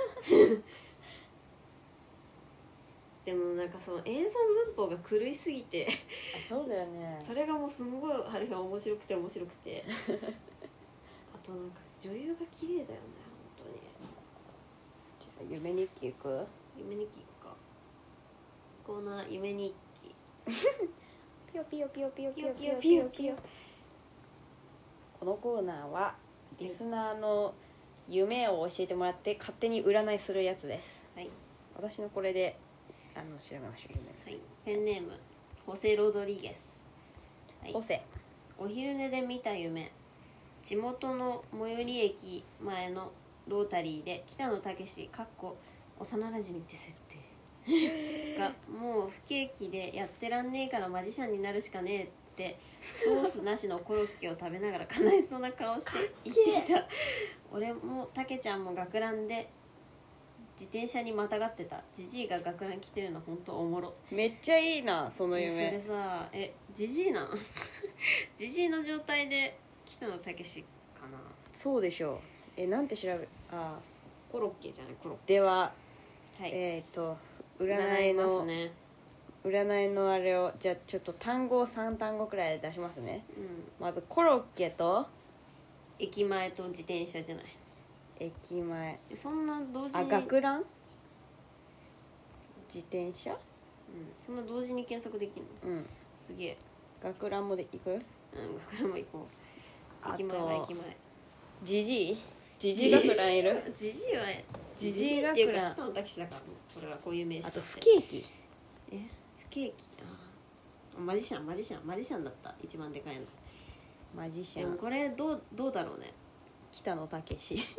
でもなんかその映像文法が狂いすぎてそうだよね。 それがもうすんごいあれが面白くて面白くてあとなんか女優が綺麗だよね本当にじゃあ夢日記行く。 夢日記行くかコーナー夢日記ピヨピヨピヨピヨピヨピピヨヨピピヨピヨヨピヨ。このコーナーはリスナーの夢を教えてもらって勝手に占いするやつです。 はい、 私のこれであの調べましょう夢。 はい、ペンネームホセ・ロドリゲス、はい、 ホセ。 お昼寝で見た夢。地元の最寄り駅前のロータリーで北野武かっこ幼なじみって設定がもう不景気でやってらんねえからマジシャンになるしかねえってソースなしのコロッケを食べながら悲しそうな顔して言っていた。俺もたけちゃんも学ランで自転車にまたがってた。ジジイが学ラン着てるの本当おもろ。 めっちゃいいなそのえそれ夢。 さえジジイなんジジイの状態で北野武かな。 そうでしょう。えなんて調べあコロッケじゃないコロッでは、 ケ、はい、 えっ、ー、と占いのますね、 占いのあれをじゃあちょっと単語をさん単語くらい出しますね。 うん、 まずコロッケと駅前と自転車じゃない。 駅前。 そんな同時にあ学ラン自転車。 うん、そんな同時に検索できるのうんすげえ。 学ランもで行く。 うん学ランも行こう。 あ駅前はと駅前。 ジジイジジイ学ランいる。 ジジイはジジイっていう学ランか北野武だからもうこれはこういう名詞あとして不景気。 え不景気あマジシャンマジシャンマジシャンだった一番でかいの。 マジシでもャンこれどうどうだろうね。 北野武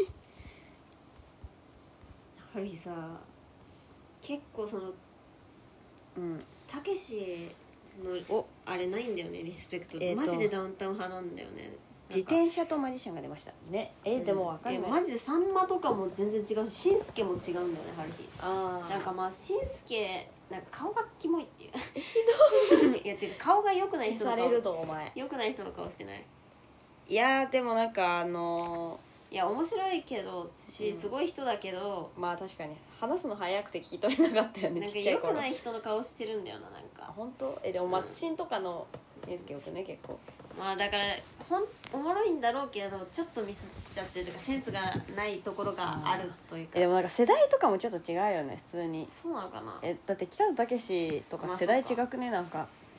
ある日さ結構そのうんたけしのおあれないんだよねリスペクト、 えーとマジでダウンタウン派なんだよね。 自転車とマジシャンが出ましたね。えでもわかんない。 えマジでさんまとかも全然違うししんすけも違うんだよね春日。 あなんかまあしんすけなんか顔がキモいっていういや違う顔が良くない人の顔消されるとお前。 良くない人の顔してない。 いやーでもなんかあのいや面白いけどしうんすごい人だけど、 ー、まあ確かに話すの早くて聞き取れなかったよねなんかちっちゃい頃。 良くない人の顔してるんだよななんあか。 本当。えでも松新とかのしんすけよくね結構。 まあだからほんおもろいんだろうけどちょっとミスっちゃってるというかセンスがないところがあるというか。 えでもなんか世代とかもちょっと違うよね普通に。 そうなのかな。 えだって北野武とか世代違くねなんか。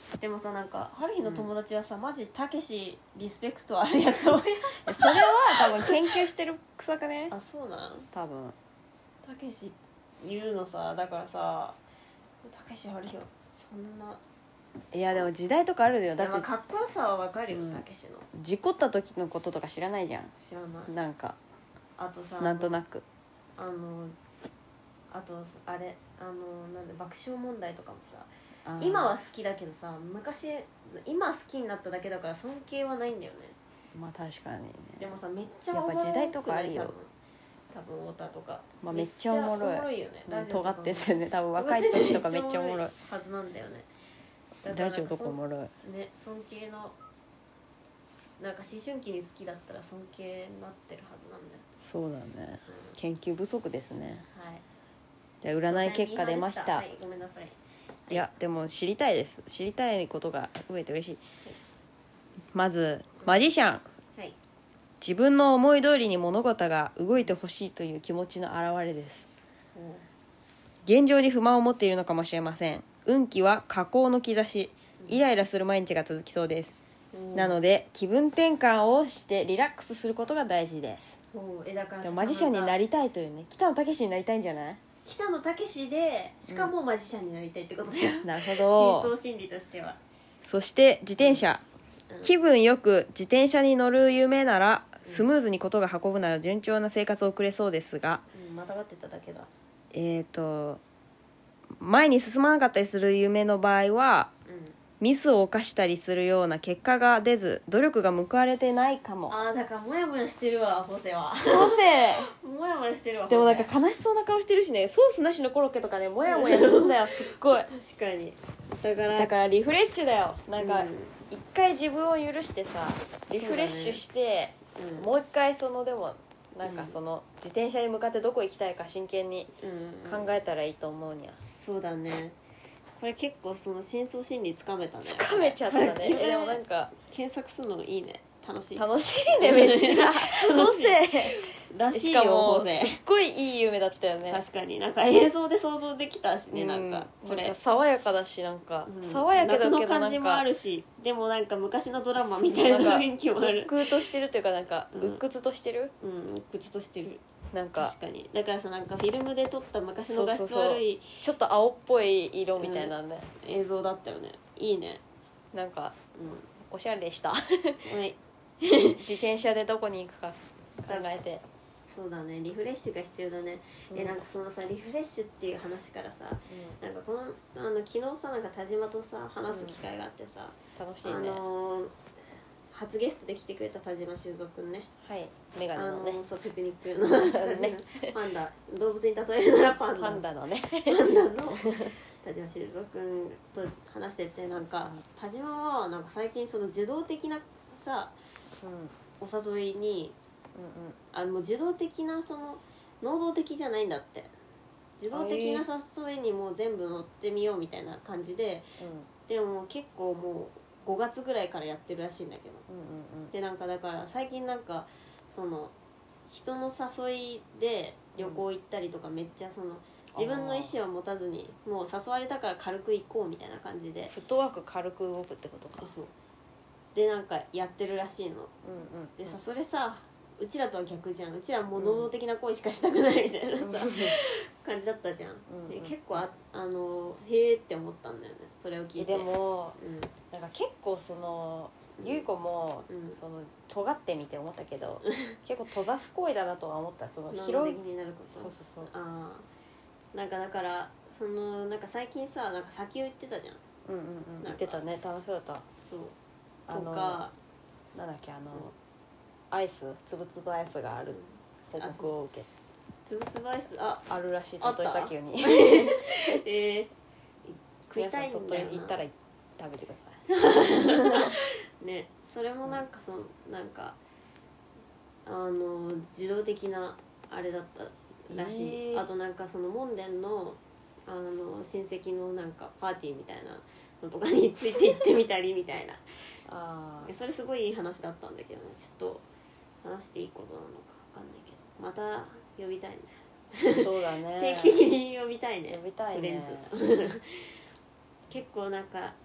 でもさなんか春日の友達はさ、マジたけしリスペクトあるやつ多いえそれは多分研究してる草くねあそうなん多分たけしいるのさだからさたけし春日はそんないやでも時代とかあるよだだってってかっこよさはわかるようんたけしの事故った時のこととか知らないじゃん知らないなんかあとさなんとなくあのあとあれあのなんで爆笑問題とかもさ今は好きだけどさ昔今好きになっただけだから尊敬はないんだよねまあ確かにねでもさめっちゃやっぱ時代とかあるよ多分多分太田とか、 まあめっちゃおもろいめっちゃおもろいよねラジオ尖っててね多分尖若い時とかめっちゃおもろいはずなんだよねだからラジオとかおもろいね尊敬のなんか思春期に好きだったら尊敬になってるはずなんだよ、 そうだねうん研究不足ですねはいじゃあ占い結果出ましたはいごめんなさいいやでも知りたいです知りたいことが増えて嬉しいまずマジシャンはい自分の思い通りに物事が動いてほしいという気持ちの表れです現状に不満を持っているのかもしれません運気は下降の兆しイライラする毎日が続きそうですなので気分転換をしてリラックスすることが大事ですおえだからでもマジシャンになりりたいというね北野武になりたいんじゃない北野武でしかもマジシャンになりたいってことだよ、 なるほ深ど層心理としては、 そして自転車うん気分よく自転車に乗る夢ならスムーズにことが運ぶなら順調な生活を送れそうですがうん、またがってただけだ、 えーと前に進まなかったりする夢の場合はうん、 ミスを犯したりするような結果が出ず努力が報われてないかもああだからモヤモヤしてるわホセはどうせモヤモヤしてるわでもなんホか悲しそうな顔してるしねソースなしのコロッケとかねモヤモヤするんだよすっごいセ確かにだからだからリフレッシュだよなんかうん一回自分を許してさリフレッシュして、 うんもう一回そのでもなんかうんその自転車に向かってどこ行きたいか真剣にうん考えたらいいと思うにゃそうだねこれ結構その深層心理つかめたねつかめちゃったねこれえでもなんか検索するのいいね楽しい楽しいねめっちゃどうせらしいよしかもホセすっごいいい夢だったよね確かになんか映像で想像できたしね、なんかこれなんか爽やかだしなんか、 うん爽やかだけど夏の感じもあなんかるしでもなんか昔のドラマみたいな雰囲気もある鬱屈としてるというかなんかうん鬱屈としてる、 うん鬱としてるなんか確かにだからさなんかフィルムで撮った昔の画質悪いちょっと青っぽい色みたいなんで、 映像だったよねいいねなんかうおしゃれでしたんはい自転車でどこに行くか考えて、 そうだねリフレッシュが必要だね、 うんえなんかそのさリフレッシュっていう話からさなんかこのあの昨日さなんか田島とさ話す機会があってさ、あ楽しいね、 のー初ゲストで来てくれた田島修造くんねはいメガあのネのねそうピクニックのねパンダ動物に例えるならパンダパンダのねパンダの田島修造くんと話しててなんか田島はなんか最近その受動的なさうんお誘いにうんあもう受動的なその能動的じゃないんだって受動的な誘いにもう全部乗ってみようみたいな感じででも結構もうごがつぐらいからやってるらしいんだけどうんうんうんでなんかだから最近なんかその人の誘いで旅行行ったりとかめっちゃその自分の意思を持たずにもう誘われたから軽く行こうみたいな感じでフットワーク軽く動くってことかそうでなんかやってるらしいのうんうんでさそれさうちらとは逆じゃんうちらもう能動的な行為しかしたくないみたいなさ、感じだったじゃん、 うんで結構ああのへえって思ったんだよねそれを聞いてでもうんなんか結構そのゆい子も、 うんその尖ってみて思ったけど結構閉ざす行為だなとは思ったその能動広い的になることそうそうそうああなんかだからそのなんか最近さなんか先を言ってたじゃんうんうんうんなんか言ってたね楽しそうだったそうあのとかなんだっけあの、アイスつぶつぶアイスがある報告を受けつぶつぶアイスああるらしいあった鳥取砂丘にえー、食い皆さんたいんだよな鳥取行ったら食べてくださいねそれもなんかそのなんかあの自動的なあれだったらしい、 えーあとなんかその門殿のあの親戚のなんかパーティーみたいなのとかについて行ってみたりみたいなあそれすごいいい話だったんだけどねちょっと話していいことなのか分かんないけどまた呼びたいねあそうだね定期的に呼びたいね呼びたいねフレンズ結構なんか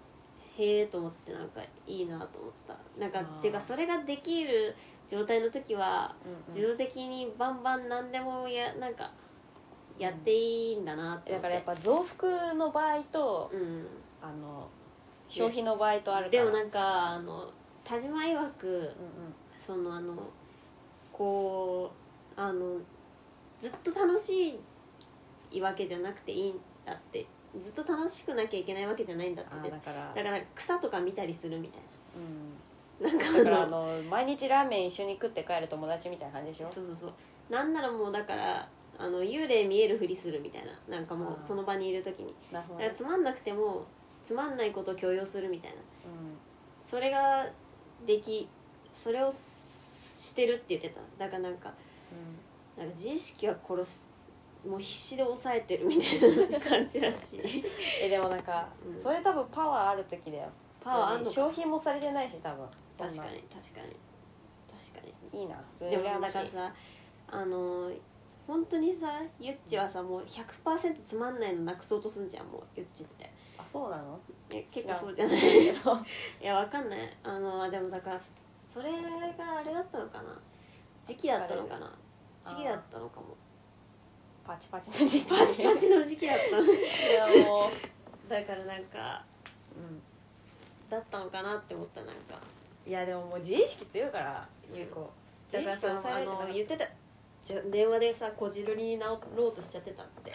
へえと思って、なんかいいなと思った。なんかあーっていうかそれができる状態の時はうんうん自動的にバンバン何でもやなんかやっていいんだなって思って。 だからやっぱ増幅の場合と、 うんあの消費の場合とあるから、 でもなんかあの田島曰くうんうんそのあのこうあのずっと楽しいわけじゃなくていいんだって、ずっと楽しくなきゃいけないわけじゃないんだってあーだからだから草とか見たりするみたいうんな、なんかだからああのの毎日ラーメン一緒に食って帰る友達みたいな感じでしょ。 そうそうそうなんならもうだからあの幽霊見えるふりするみたいな、なんかもうあーその場にいる時になるほどねだからつまんなくてもつまんないことを許容するみたいな、 うそれができそれをしてるって言ってた。だからなんかんなんか自意識は殺しもう必死で抑えてるみたいな感じらしいえでもなんか、 うんそれ多分パワーある時だよ。 パワーあんのか消費もされてないし多分確かにそんな確かに確かいいな。それにでも羨ましいだからさあの本当にさゆっちはさもう ひゃくパーセント つまんないのなくそうとすんじゃん、もうゆっちってあそうなの。 いや結構そうじゃ知らんないけどいやわかんない、あのでもだからそれがあれだったのかな、時期だったのかな、時期だったのかも、 パチパチの時期パチパチの時期だったのいやもう、 だからなんかうんだったのかなって思った。なんかいやでももう自意識強いから優子、 だからさ自意識抑えあられてなかったの言ってたじゃ電話でさこじるりに直ろうとしちゃってたって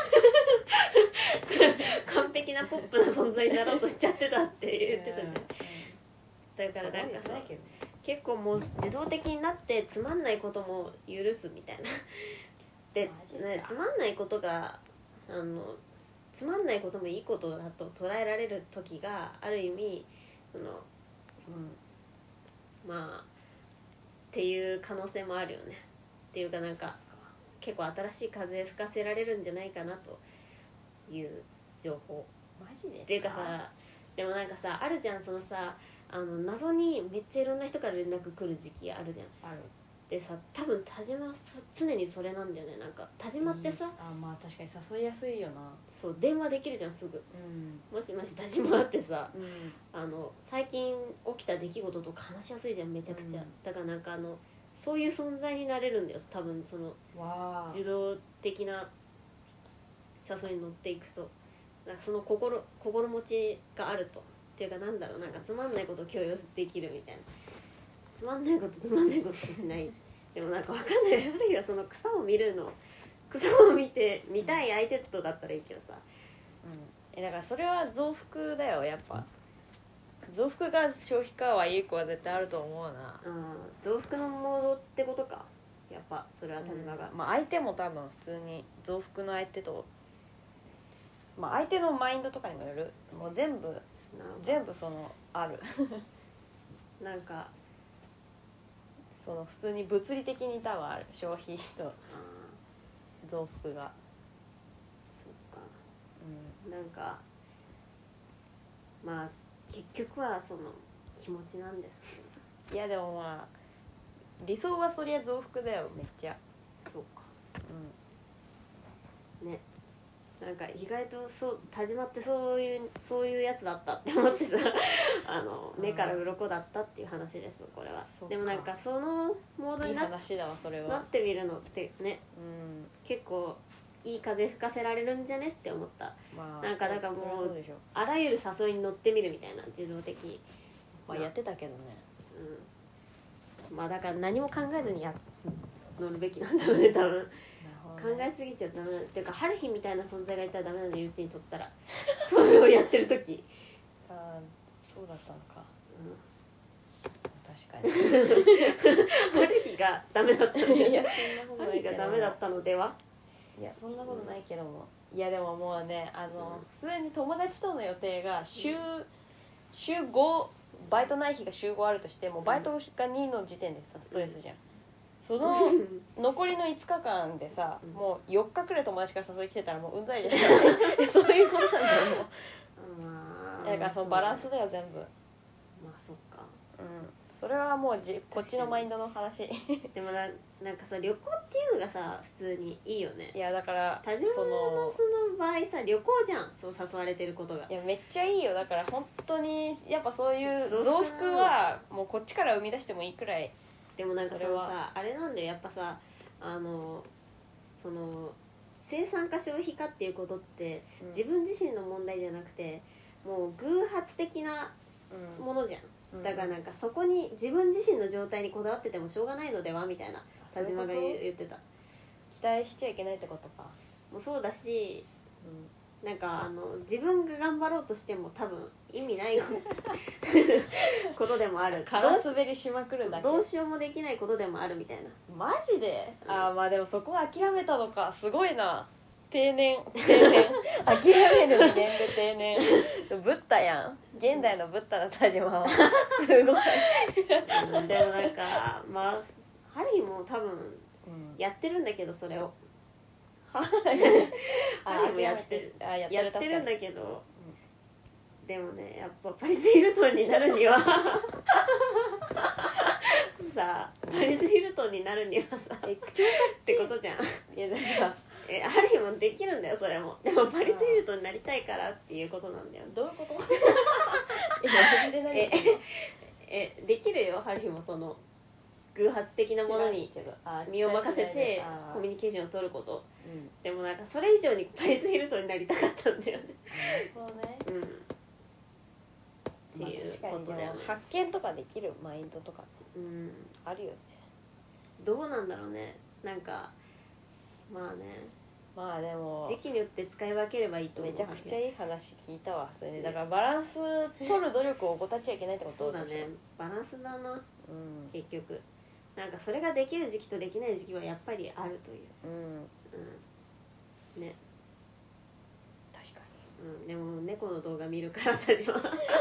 完璧なポップな存在になろうとしちゃってたって言ってたじゃん、だからなんかさ結構もう自動的になってつまんないことも許すみたいなでマジっすかね、つまんないことがあのつまんないこともいいことだと捉えられる時がある意味そのうんまあっていう可能性もあるよね。っていうかなんか結構新しい風吹かせられるんじゃないかなという情報マジでっていうかさ、でもなんかさあるじゃん、そのさあの謎にめっちゃいろんな人から連絡来る時期あるじゃん。 あるでさ多分田島はそ常にそれなんだよね。なんか田島ってさ、 あまあ確かに誘いやすいよな。 そう電話できるじゃんすぐ、 うんもしもし田島ってさうんあの最近起きた出来事とか話しやすいじゃんめちゃくちゃ、 うんだからなんかあのそういう存在になれるんだよ多分そのわあ受動的な誘いに乗っていくと、なんかその心心持ちがあるとっていうかなんだろう、なんかつまんないことを許容できるみたいな、つまんないことつまんないことしないでもなんかわかんない、あるいはその草を見るの草を見て見たい相手とだったらいいけどさ、 うん、えだからそれは増幅だよやっぱ。増幅が消費かは優子は絶対あると思うな。 うん増幅のモードってことか、やっぱそれは田島が、 まあ相手も多分普通に増幅の相手と、まあ相手のマインドとかにもよる。もう全部なんか全部そのあるなんかその普通に物理的に多分ある、消費とあ増幅が。 そっかうなんかまあ結局はその気持ちなんですけど、 ん、いやでもまあ理想はそりゃ増幅だよめっちゃ。 そうかうんね、なんか意外とそう田島ってそういうそういうやつだったって思ってさあの目から鱗だったっていう話ですこれは。 そっかでもなんかそのモードいいにな話だわそれなは。 ってみるのってねうん結構いい風吹かせられるんじゃねって思った。 まあなんかだからもうそそりゃそうでしょ。 あらゆる誘いに乗ってみるみたいな自動的に、 まあやってたけどね。 うん、まあだから何も考えずにや乗るべきなんだろうね多分。 なるほどね考えすぎちゃダメだっていうか春日みたいな存在がいたらダメなんでゆうちにとったらそれをやってる時、 あーそうだったのか。 うん、 確かに春日がダメだったんでいやそんなことな春日いけどがダメだったのではいやそんなことないけども、いやでももうねあの、普通に友達との予定が週、週ごバイトない日が週ごあるとしてもバイトがにの時点でさストレスじゃん、その残りのいつかかんでさ、 うんもうよっかくらい友達から誘い来てたらもううんざりじゃんそういうことなんだよもまあうだからそのバランスだよ全部。 まあそっかうんそれはもうじこっちのマインドの話でもな、なんかさ旅行っていうのがさ普通にいいよね。 いやだから田島のそのその場合さ旅行じゃん、そう誘われてることが。 いやめっちゃいいよ。だから本当にやっぱそういう増増幅幅はもうこっちから生み出してもいいくらい。 でもなんかそそれはのさあれなんだよやっぱさ、あのその生産化消費化っていうことって、 うん自分自身の問題じゃなくてもう偶発的なうんものじゃん、 うんだからなんかそこに自分自身の状態にこだわっててもしょうがないのではみたいな田島がそういうこと言ってた。 期待しちゃいけないってことか。 もうそうだし、 うなんかあの自分が頑張ろうとしても多分意味ないことでもある。 ん、空滑りしまくるだけ。 どうしようもできないことでもあるみたいな。 マジで、 うんああまあでもそこは諦めたのか。すごいな。定年定年諦める人間で定年ブッダやん。現代のブッダの田島はすごいでもなんかまあハリーも多分うんやってるんだけどそれをあハリーもやってるあやってるやってるんだ確かけど、でもねやっぱパリス・ヒルトンになるにはさパリス・ヒルトンになるにはさにえってことじゃん。 いやだからえハリーもできるんだよそれも。でもパリス・ヒルトンになりたいからっていうことなんだよ。 どういうことえマジで何ええできるよハリーもその偶発的なものに身を任せてコミュニケーションを取ること。 うんでもなんかそれ以上にパリス・ヒルトンになりたかったんだよね。 なるほどね。 うんってまあいう確かにでことだよね。 も発見とかできるマインドとかうんあるよね。 どうなんだろうね。なんかまあねまあでも時期によって使い分ければいいと思う。 めちゃくちゃいいい話聞いたわそれで。だからバランス取る努力を怠っちゃいけないってこと。 そうだねバランスだなうん結局。なんかそれができる時期とできない時期はやっぱりあるという。 うんうんね確かうん、でも猫の動画見るから私は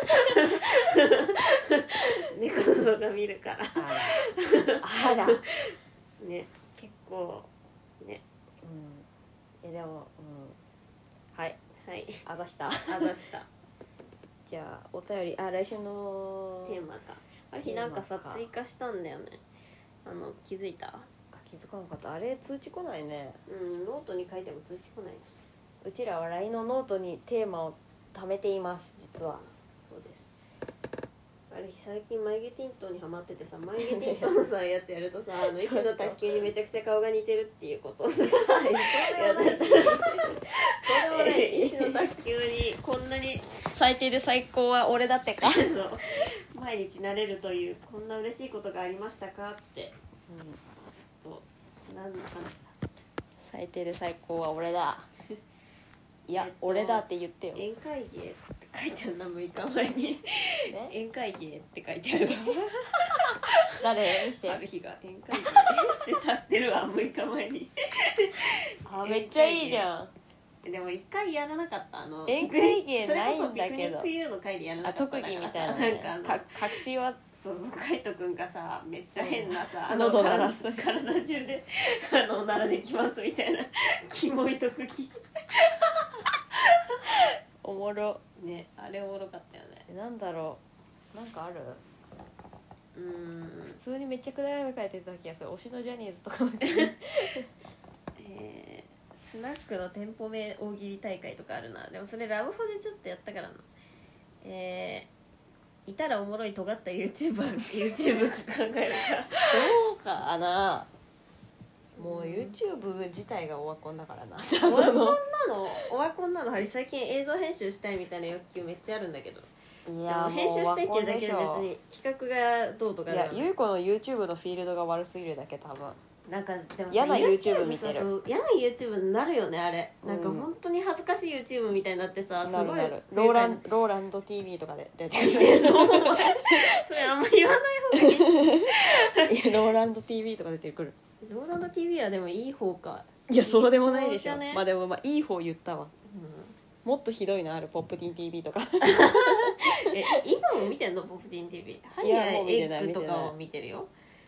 猫の動画見るからにあらあらね結構ねうんえでもうんはいはいあざしたあざしたじゃあお便りあ来週のテーマかある日なんかさテーマか追加したんだよね。あの気づいた？ あ気づかなかった。あれ通知来ないね。 うんノートに書いても通知来ない。 うちらは ライン のノートにテーマを貯めています実は。 そうです。あれ最近眉毛ティントにハマっててさ、眉毛ティントのさやつやるとさあの石の卓球にめちゃくちゃ顔が似てるっていうことをさそうでもないしそうでもないし石の卓球にこんなに最低で最高は俺だってか、 そう毎日なれるというこんな嬉しいことがありましたかってうん、 ちょっと何の話だ。 最低で最高は俺だ。いや、 えっと俺だって言ってよ。 宴会芸って書いてあるなむいかまえにえ宴会芸って書いてある誰見して。 ある日が宴会芸って足してるわむいかまえにあめっちゃいいじゃん。 でも一回やらなかったあの宴会芸ないんだけどそれこそピクニック U の回でやらなあかった特技みたいな、 なんね、 かあのか隠しはそうそう海斗くんがさめっちゃ変なさ、 うん喉鳴らす体体中であのおならできますみたいなキモい特技おもろ。 ねあれおもろかったよね。 なんだろう、なんかある。 うーん普通にめっちゃくだらなく書いてた気がする。推しのジャニーズとかのえー、スナックの店舗名大喜利大会とかあるな。でもそれラブホでちょっとやったからな。えー、いたらおもろい尖った YouTuber YouTube 考えるかそうかな。もう YouTube 自体がオワコンだからな。 オワコンなのオワコンなの。はり最近映像編集したいみたいな欲求めっちゃあるんだけど、 いでも編集したいっていうだけで別もうに企画がどうとかいやではない。 ゆうこの YouTube のフィールドが悪すぎるだけ多分。 なんかでもさ嫌な YouTube YouTube 見てるさそう嫌な YouTube になるよねあれ。なんかうん本当に恥ずかしい YouTube みたいになってさ、すごいなるなる。ローランローランド ティーブイ とかで出てる。 それあんま言わない方がいい。 いやローランド ティーブイ とか出てくる。 ローランド ティーブイ はでもいい方か。 いやそうでもないでしょ。 そうじゃねまあでもまあいい方言ったわ。 うもっとひどいのある。ポップティーン ティーブイ とか。 ん、え今も見てんのポップティーン ティーブイ。ハいニーエやもう見てないッグとかを見てるよ。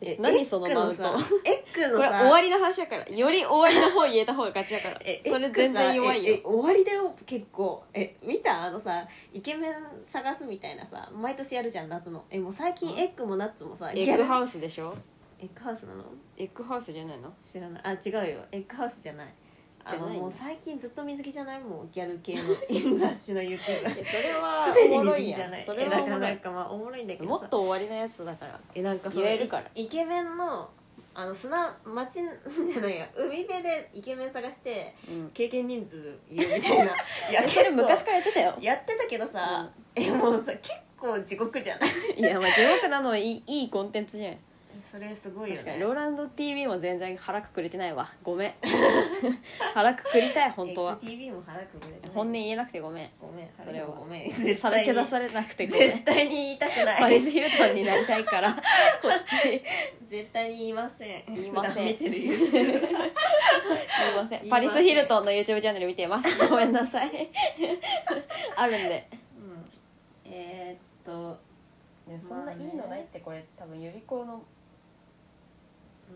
え何そのマウントエッグのさこれ終わりの話だからより終わりの方言えた方が勝ちだからえそれ全然弱いよええ終わりだよ結構え見たあのさイケメン探すみたいなさ毎年やるじゃん夏のえもう最近エッグもナッツもさエッグウハウスでしょエッグハウスなのエッグハウスじゃないの知らないあ違うよエッグハウスじゃないあのじゃないのもう最近ずっと水着じゃないもうギャル系の雑誌の YouTube いやそれは常おもろいに水着じゃないやんそれえだからはおもろないんかまあおもろいんだけどさもっと終わりのやつだからえなんかその言えるからイイケメンのあの砂町じゃないや海辺でイケメン探してうん経験人数言うみたいないやえそれ昔からやってたよやってたけどさ、えもうさ結構地獄じゃないいやまあ地獄なのいいいいコンテンツじゃんそれすごいよね確かにローランド ティーブイ も全然腹くくれてないわごめん腹くくりたい本当はえ ティーブイ も腹くくれてない本音言えなくてごめんごめんそれはごめん絶さら対にけ出されなくてごめん絶対に言いたくないパリス・ヒルトンになりたいからこっち絶対に言いません言いません普段見てる YouTube すいませんパリス・ヒルトンの YouTube チャンネル見てますごめんなさいあるんでうんえー、っとそんないいのないってこれ多分ゆり子のう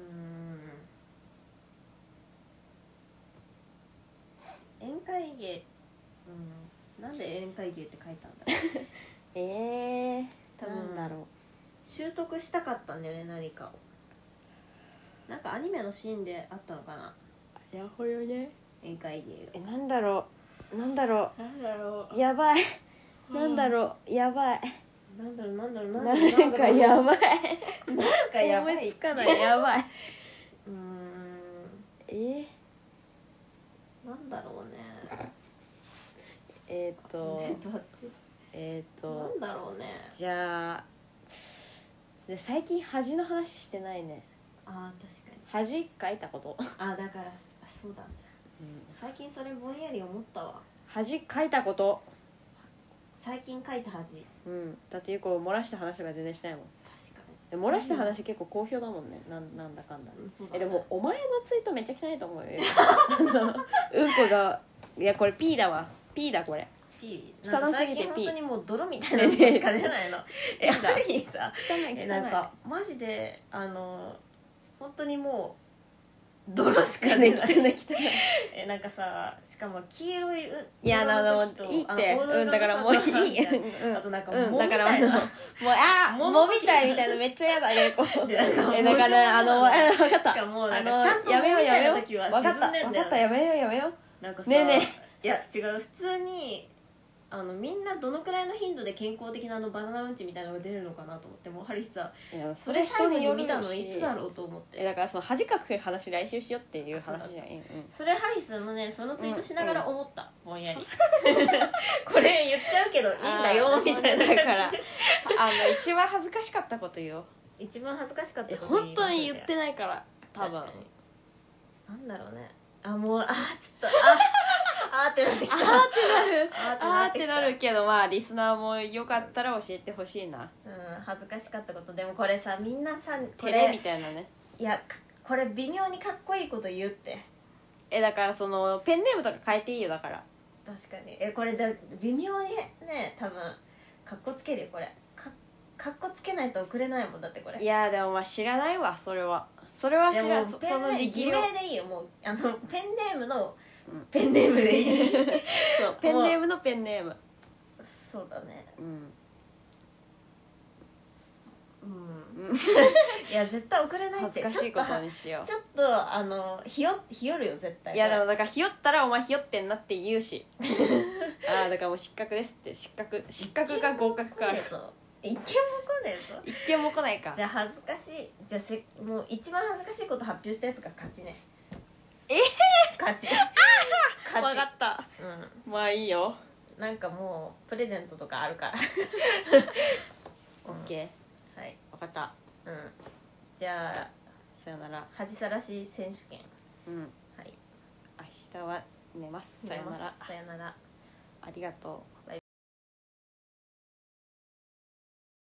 ーん宴会芸うんなんで宴会芸って書いたんだろうえー、 多分なんだろ習得したかったんだよね何かをなんかアニメのシーンであったのかなうやほよね宴会芸えなんだろうなんだろなんだろうやばいなんだろうやばいなんだろうなんだろうななんだろうんかやばいなんかやばい思いつかないやばいうーんえなんだろうねえー、っとえっと待ってえー、っとなんだろうねじゃあで最近恥の話してないねあー確かに恥書いたこと、 あーだからあそうだね最近それぼんやり思ったわ恥書いたこと最近書いた恥うんだっていうこう漏らした話が全然しないもん確かで漏らした話結構好評だもんねなんなんだかんだにそうだねえでもお前のツイートめっちゃ汚いと思うよあのうんこがいやこれ P だわ P だこれ P 汚なんかすぎて最近 P 本当にもう泥みたいなのしか出ないのえなんだある日さ汚い汚いえなんかマジであの本当にもう泥しか出ない汚い汚いえなんかさしかも黄色いうんいやあの時といいってあの黄土色のうんだからもうさいいうんあとなんかうん藻だからあのもうみたいなあ藻のもみたいみたいなめっちゃ嫌だねこうでなんかえだからあのもうえ分かったしかもあのなんかちゃんとやめようやめよう藻みたいな時は分かった沈んでんだよね分かったやめようやめようなんかさねえねいや違う普通にあのみんなどのくらいの頻度で健康的なあのバナナうんちみたいなのが出るのかなと思ってもうハリーさいやそれ最後に見るたのいつだろうと思ってえだからその恥かく話来週しようっていう話じゃんうんそれハリスのねそのツイートしながら思った、ぼんやりこれ言っちゃうけどいいんだよみたいな感じでだからあの一番恥ずかしかったことよ一番恥ずかしかったえこと本当に言ってないから多分確かになんだろうねあもうあーちょっとああーってなってきたあーってなるああーってなるけどまあリスナーもよかったら教えてほしいなうん恥ずかしかったことでもこれさみんなさこ照れみれたいなねいやかこれ微妙にかっこいいこと言うってえだからそのペンネームとか変えていいよだから確かにえこれだ微妙にね多分かっこつけるよこれかかっこつけないと送れないもんだってこれいやでもまあ知らないわそれはそれは知らんそペンそのネ偽力量名でいいよもうあのペンネームのうんペンネームでいいそうペンネームのペンネームそうだねうんうんうんいや絶対送れないって恥ずかしいことにしよちょっとちょっとあのひよひよるよ絶対ういやでもだからひよったらお前ひよってんなって言うしああだからもう失格ですって失格失格か合格か来ねえぞ一見も来ねえぞ一件も来ないかじゃあ恥ずかしいじゃあせもう一番恥ずかしいこと発表したやつが勝ちねえ勝ち勝ち分かったうまあいいよんなんかもうプレゼントとかあるからオッケーはい分かったうんじゃあさよなら恥さらし選手権うんはい明日は寝ますさよならさよならありがとう